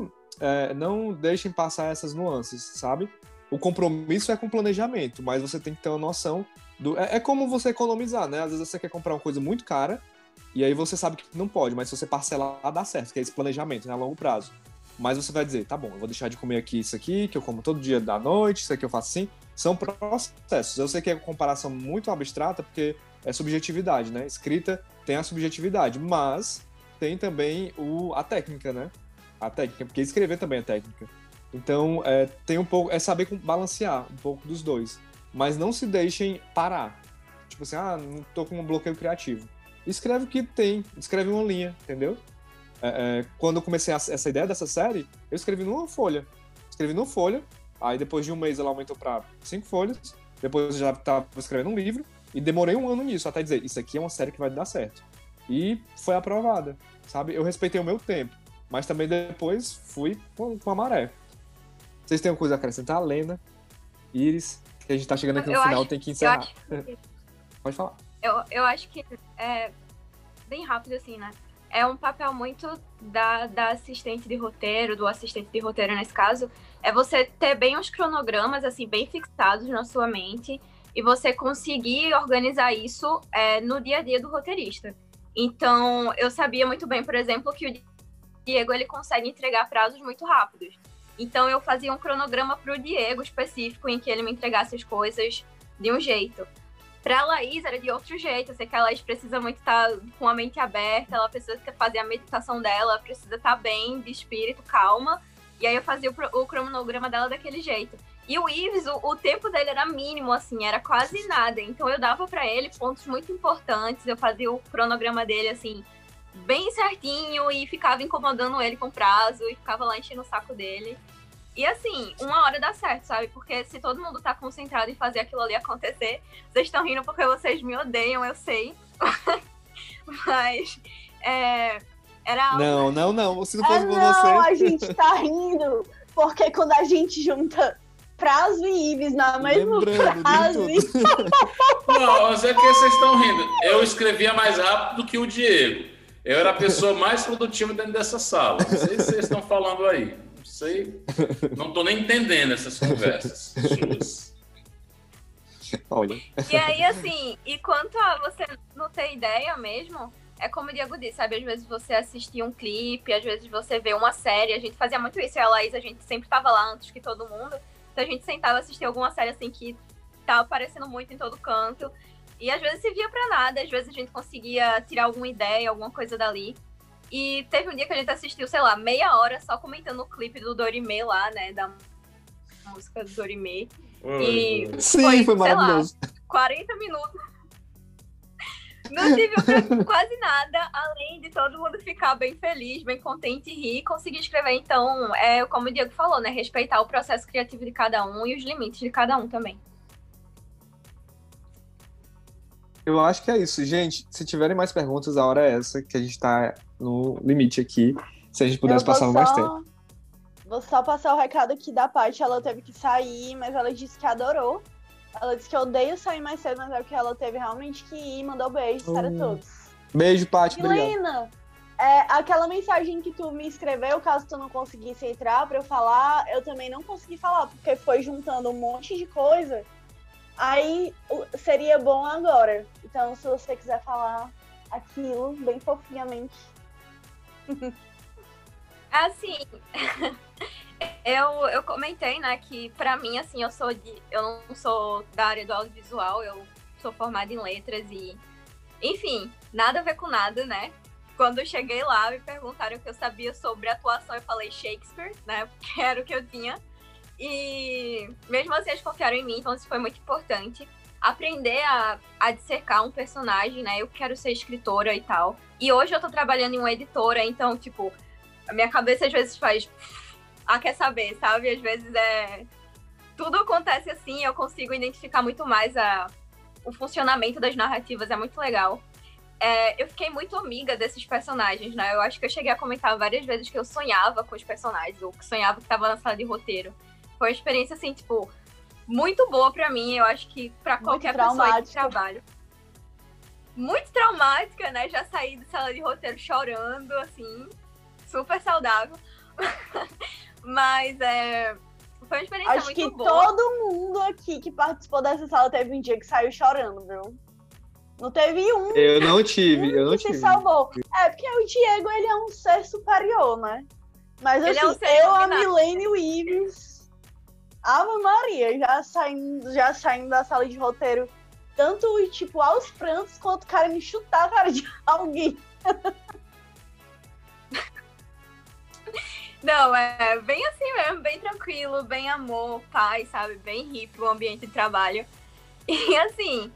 não deixem passar essas nuances, sabe? O compromisso é com o planejamento, mas você tem que ter uma noção é como você economizar, né? Às vezes você quer comprar uma coisa muito cara, e aí você sabe que não pode, mas se você parcelar, dá certo, que é esse planejamento, né, a longo prazo. Mas você vai dizer, tá bom, eu vou deixar de comer isso aqui, que eu como todo dia da noite, isso aqui eu faço assim. São processos. Eu sei que é uma comparação muito abstrata, porque é subjetividade, né? Escrita tem a subjetividade, mas tem também a técnica, né? A técnica, porque escrever também é técnica. Então, tem um pouco, saber balancear um pouco dos dois. Mas não se deixem parar. Tipo assim, não tô com um bloqueio criativo. Escreve o que tem, escreve uma linha, entendeu? Quando eu comecei essa ideia dessa série, eu escrevi numa folha. Aí depois de um mês ela aumentou para 5 folhas, depois eu já estava escrevendo um livro, e demorei um ano nisso, até dizer, isso aqui é uma série que vai dar certo. E foi aprovada, sabe? Eu respeitei o meu tempo, mas também depois fui com a maré. Vocês têm alguma coisa a acrescentar? Lena, Iris, que a gente tá chegando aqui no final, tem que encerrar. Pode falar. Eu acho que é bem rápido assim, né? É um papel muito da assistente de roteiro, do assistente de roteiro nesse caso, é você ter bem os cronogramas, assim, bem fixados na sua mente e você conseguir organizar isso no dia a dia do roteirista. Então, eu sabia muito bem, por exemplo, que o Diego, ele consegue entregar prazos muito rápidos. Então, eu fazia um cronograma para o Diego específico em que ele me entregasse as coisas de um jeito. Para a Laís era de outro jeito. Eu sei que a Laís precisa muito estar com a mente aberta, ela precisa fazer a meditação dela, precisa estar bem, de espírito, calma. E aí eu fazia o cronograma dela daquele jeito. E o Ives, o tempo dele era mínimo, assim, era quase nada. Então eu dava para ele pontos muito importantes, eu fazia o cronograma dele, assim, bem certinho e ficava incomodando ele com prazo e ficava lá enchendo o saco dele. E assim, uma hora dá certo, sabe? Porque se todo mundo tá concentrado em fazer aquilo ali acontecer, vocês estão rindo porque vocês me odeiam, eu sei. Mas era algo... Não. Se não fosse por você... Não, a gente tá rindo porque quando a gente junta prazo e Ives na mesma frase... Não, mas é que vocês estão rindo. Eu escrevia mais rápido do que o Diego. Eu era a pessoa mais produtiva dentro dessa sala. Não sei se vocês estão falando aí. Não tô nem entendendo essas conversas suas. Olha. E aí, assim, e quanto a você não ter ideia mesmo, é como o Diego disse, sabe? Às vezes você assistia um clipe, às vezes você vê uma série, a gente fazia muito isso, eu e a Laís, a gente sempre tava lá antes que todo mundo, então a gente sentava assistir alguma série, assim, que tava aparecendo muito em todo canto, e às vezes se via pra nada, às vezes a gente conseguia tirar alguma ideia, alguma coisa dali. E teve um dia que a gente assistiu, sei lá, meia hora só comentando o clipe do Dorime lá, né? Da música do Dorime. E sim, foi maravilhoso. Sei lá, 40 minutos Não tive quase nada, além de todo mundo ficar bem feliz, bem contente e rir, conseguir escrever. Então, como o Diego falou, né? Respeitar o processo criativo de cada um e os limites de cada um também. Eu acho que é isso, gente. Se tiverem mais perguntas, a hora é essa, que a gente tá no limite aqui. Se a gente pudesse passar mais tempo. Vou só passar o recado aqui da Paty. Ela teve que sair, mas ela disse que adorou. Ela disse que eu odeio sair mais cedo, mas é porque ela teve realmente que ir. Mandou beijos para todos. Beijo, Paty. Helena, aquela mensagem que tu me escreveu, caso tu não conseguisse entrar pra eu falar, eu também não consegui falar, porque foi juntando um monte de coisa. Aí seria bom agora. Então, se você quiser falar aquilo bem fofinhamente. Assim, eu comentei, né, que pra mim, assim, eu não sou da área do audiovisual, eu sou formada em letras e, enfim, nada a ver com nada, né? Quando eu cheguei lá, me perguntaram o que eu sabia sobre atuação, eu falei Shakespeare, né, porque era o que eu tinha. E mesmo assim, eles confiaram em mim, então isso foi muito importante. Aprender a dissecar um personagem, né? Eu quero ser escritora e tal. E hoje eu tô trabalhando em uma editora, então, tipo, a minha cabeça às vezes faz... quer saber, sabe? Às vezes tudo acontece assim, eu consigo identificar muito mais o funcionamento das narrativas, é muito legal. Eu fiquei muito amiga desses personagens, né? Eu acho que eu cheguei a comentar várias vezes que eu sonhava com os personagens, ou que sonhava que tava na sala de roteiro. Foi uma experiência, assim, tipo, muito boa pra mim. Eu acho que pra qualquer pessoa de trabalho. Muito traumática, né? Já saí da sala de roteiro chorando, assim, super saudável. Mas foi uma experiência acho muito boa. Acho que todo mundo aqui que participou dessa sala teve um dia que saiu chorando, viu? Não teve um. Eu não tive. Se salvou. Porque o Diego, ele é um ser superior, né? Mas ele assim, a Milene e o Ives... Ave Maria, já saindo da sala de roteiro, tanto, tipo, aos prantos, quanto o cara me chutar a cara de alguém. Não, bem assim mesmo, bem tranquilo, bem amor, paz, sabe? Bem hippie o ambiente de trabalho. E assim,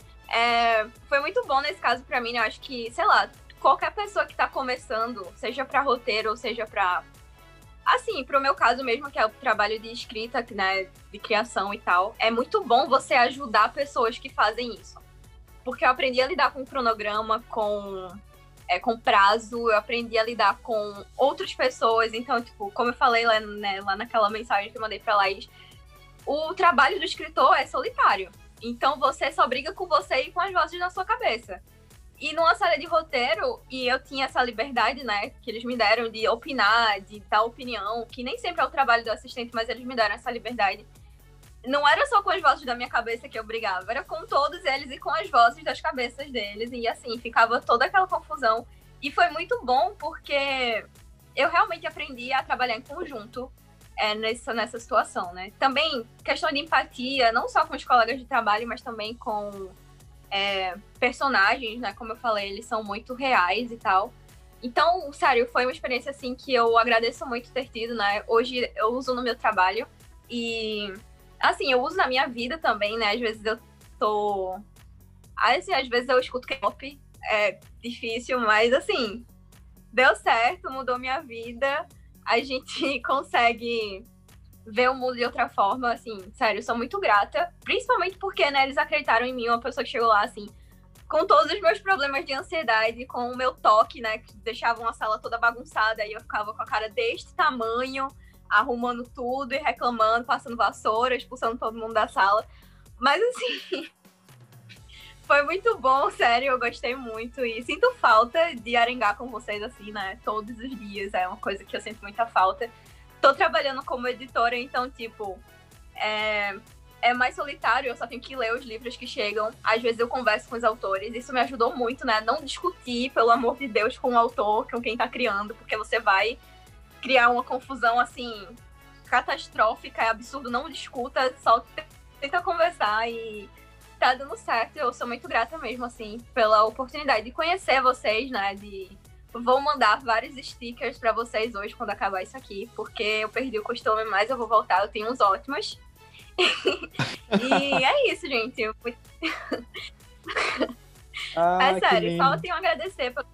foi muito bom nesse caso pra mim, né? Eu acho que, sei lá, qualquer pessoa que tá começando, seja pra roteiro ou seja pra... Assim, pro meu caso mesmo, que é o trabalho de escrita, né, de criação e tal, é muito bom você ajudar pessoas que fazem isso. Porque eu aprendi a lidar com cronograma, com prazo, eu aprendi a lidar com outras pessoas. Então, tipo, como eu falei lá, né, lá naquela mensagem que eu mandei pra Laís, o trabalho do escritor é solitário. Então, você só briga com você e com as vozes na sua cabeça. E numa sala de roteiro, e eu tinha essa liberdade, né, que eles me deram de opinar, de dar opinião, que nem sempre é o trabalho do assistente, mas eles me deram essa liberdade. Não era só com as vozes da minha cabeça que eu brigava, era com todos eles e com as vozes das cabeças deles. E assim, ficava toda aquela confusão. E foi muito bom, porque eu realmente aprendi a trabalhar em conjunto nessa situação, né. Também, questão de empatia, não só com os colegas de trabalho, mas também com... personagens, né, como eu falei, eles são muito reais e tal. Então, sério, foi uma experiência, assim, que eu agradeço muito ter tido, né, hoje eu uso no meu trabalho e, assim, eu uso na minha vida também, né, às vezes eu tô... Assim, às vezes eu escuto K-pop, é difícil, mas, assim, deu certo, mudou minha vida, a gente consegue... ver o mundo de outra forma, assim, sério, sou muito grata, principalmente porque, né, eles acreditaram em mim, uma pessoa que chegou lá, assim, com todos os meus problemas de ansiedade, com o meu toque, né, que deixava uma sala toda bagunçada, aí eu ficava com a cara deste tamanho, arrumando tudo e reclamando, passando vassoura, expulsando todo mundo da sala, mas, assim, foi muito bom, sério, eu gostei muito e sinto falta de arengar com vocês, assim, né, todos os dias, é uma coisa que eu sinto muita falta. Tô trabalhando como editora, então, tipo, é mais solitário, eu só tenho que ler os livros que chegam. Às vezes eu converso com os autores, isso me ajudou muito, né? Não discutir, pelo amor de Deus, com o autor, com quem tá criando, porque você vai criar uma confusão, assim, catastrófica, é absurdo, não discuta, só tenta conversar e tá dando certo. Eu sou muito grata mesmo, assim, pela oportunidade de conhecer vocês, né? Vou mandar vários stickers pra vocês hoje, quando acabar isso aqui, porque eu perdi o costume, mas eu vou voltar, eu tenho uns ótimos. E é isso, gente. É sério, só tenho a agradecer pelo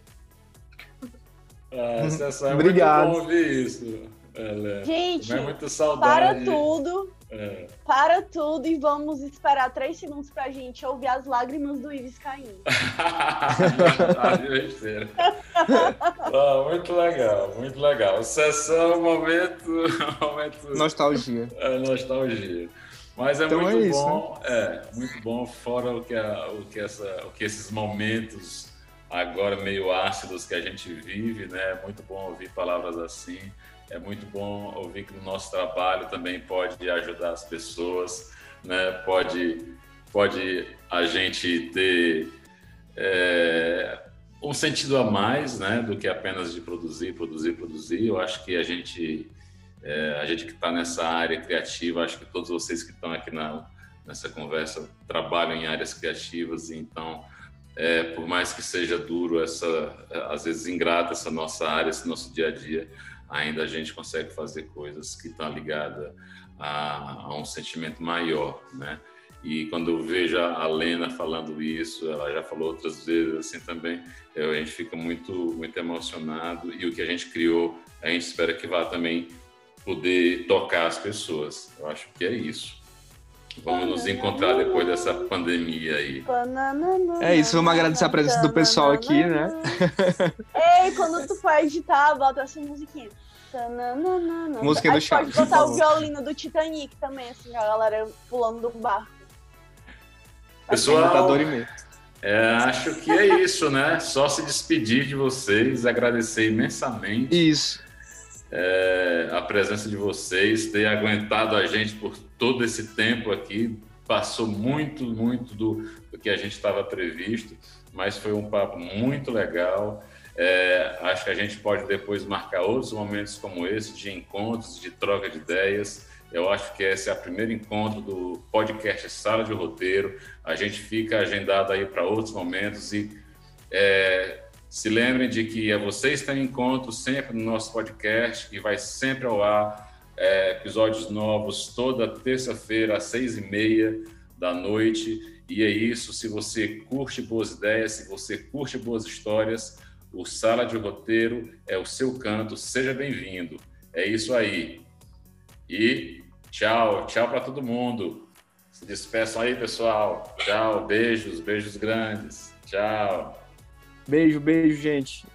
Sessão, é Obrigado. muito bom ouvir isso. Gente, é muito saudade. Para tudo e vamos esperar 3 segundos pra gente ouvir as lágrimas do Ives caindo. Besteira. Muito legal, muito legal. Sessão, momento... Nostalgia. Nostalgia. Mas é então muito é isso, bom, né? muito bom, fora o que esses momentos agora meio ácidos que a gente vive, né? É muito bom ouvir palavras assim. É muito bom ouvir que o nosso trabalho também pode ajudar as pessoas, né? Pode a gente ter um sentido a mais, né? Do que apenas de produzir. Eu acho que a gente que está nessa área criativa, acho que todos vocês que estão aqui nessa conversa trabalham em áreas criativas, então, por mais que seja duro, às vezes ingrata essa nossa área, esse nosso dia a dia, ainda a gente consegue fazer coisas que estão ligadas a um sentimento maior, né? E quando eu vejo a Lena falando isso, ela já falou outras vezes assim também, a gente fica muito, muito emocionado, e o que a gente criou, a gente espera que vá também poder tocar as pessoas. Eu acho que é isso. Vamos nos encontrar depois dessa pandemia aí. É isso, vamos agradecer a presença do pessoal aqui, né? Ei, quando tu for editar, bota essa musiquinha. Música do Chaves. Pode botar o violino do Titanic também, assim, a galera pulando do barco. Pessoal, acho que é isso, né? Só se despedir de vocês, agradecer imensamente. Isso. A presença de vocês, ter aguentado a gente por todo esse tempo aqui. Passou muito do que a gente estava previsto, mas foi um papo muito legal. Acho que a gente pode depois marcar outros momentos como esse, de encontros, de troca de ideias. Eu acho que esse é o primeiro encontro do podcast Sala de Roteiro. A gente fica agendado aí para outros momentos e se lembrem de que vocês têm encontro sempre no nosso podcast, que vai sempre ao ar, episódios novos toda terça-feira às 6h30 da noite. E é isso, se você curte boas ideias, se você curte boas histórias, o Sala de Roteiro é o seu canto, seja bem-vindo. É isso aí. E tchau para todo mundo. Se despeçam aí, pessoal. Tchau, beijos grandes. Tchau. Beijo, gente.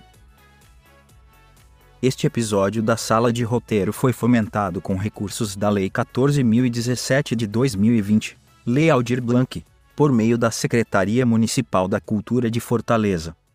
Este episódio da Sala de Roteiro foi fomentado com recursos da Lei 14.017 de 2020, Lei Aldir Blanc, por meio da Secretaria Municipal da Cultura de Fortaleza.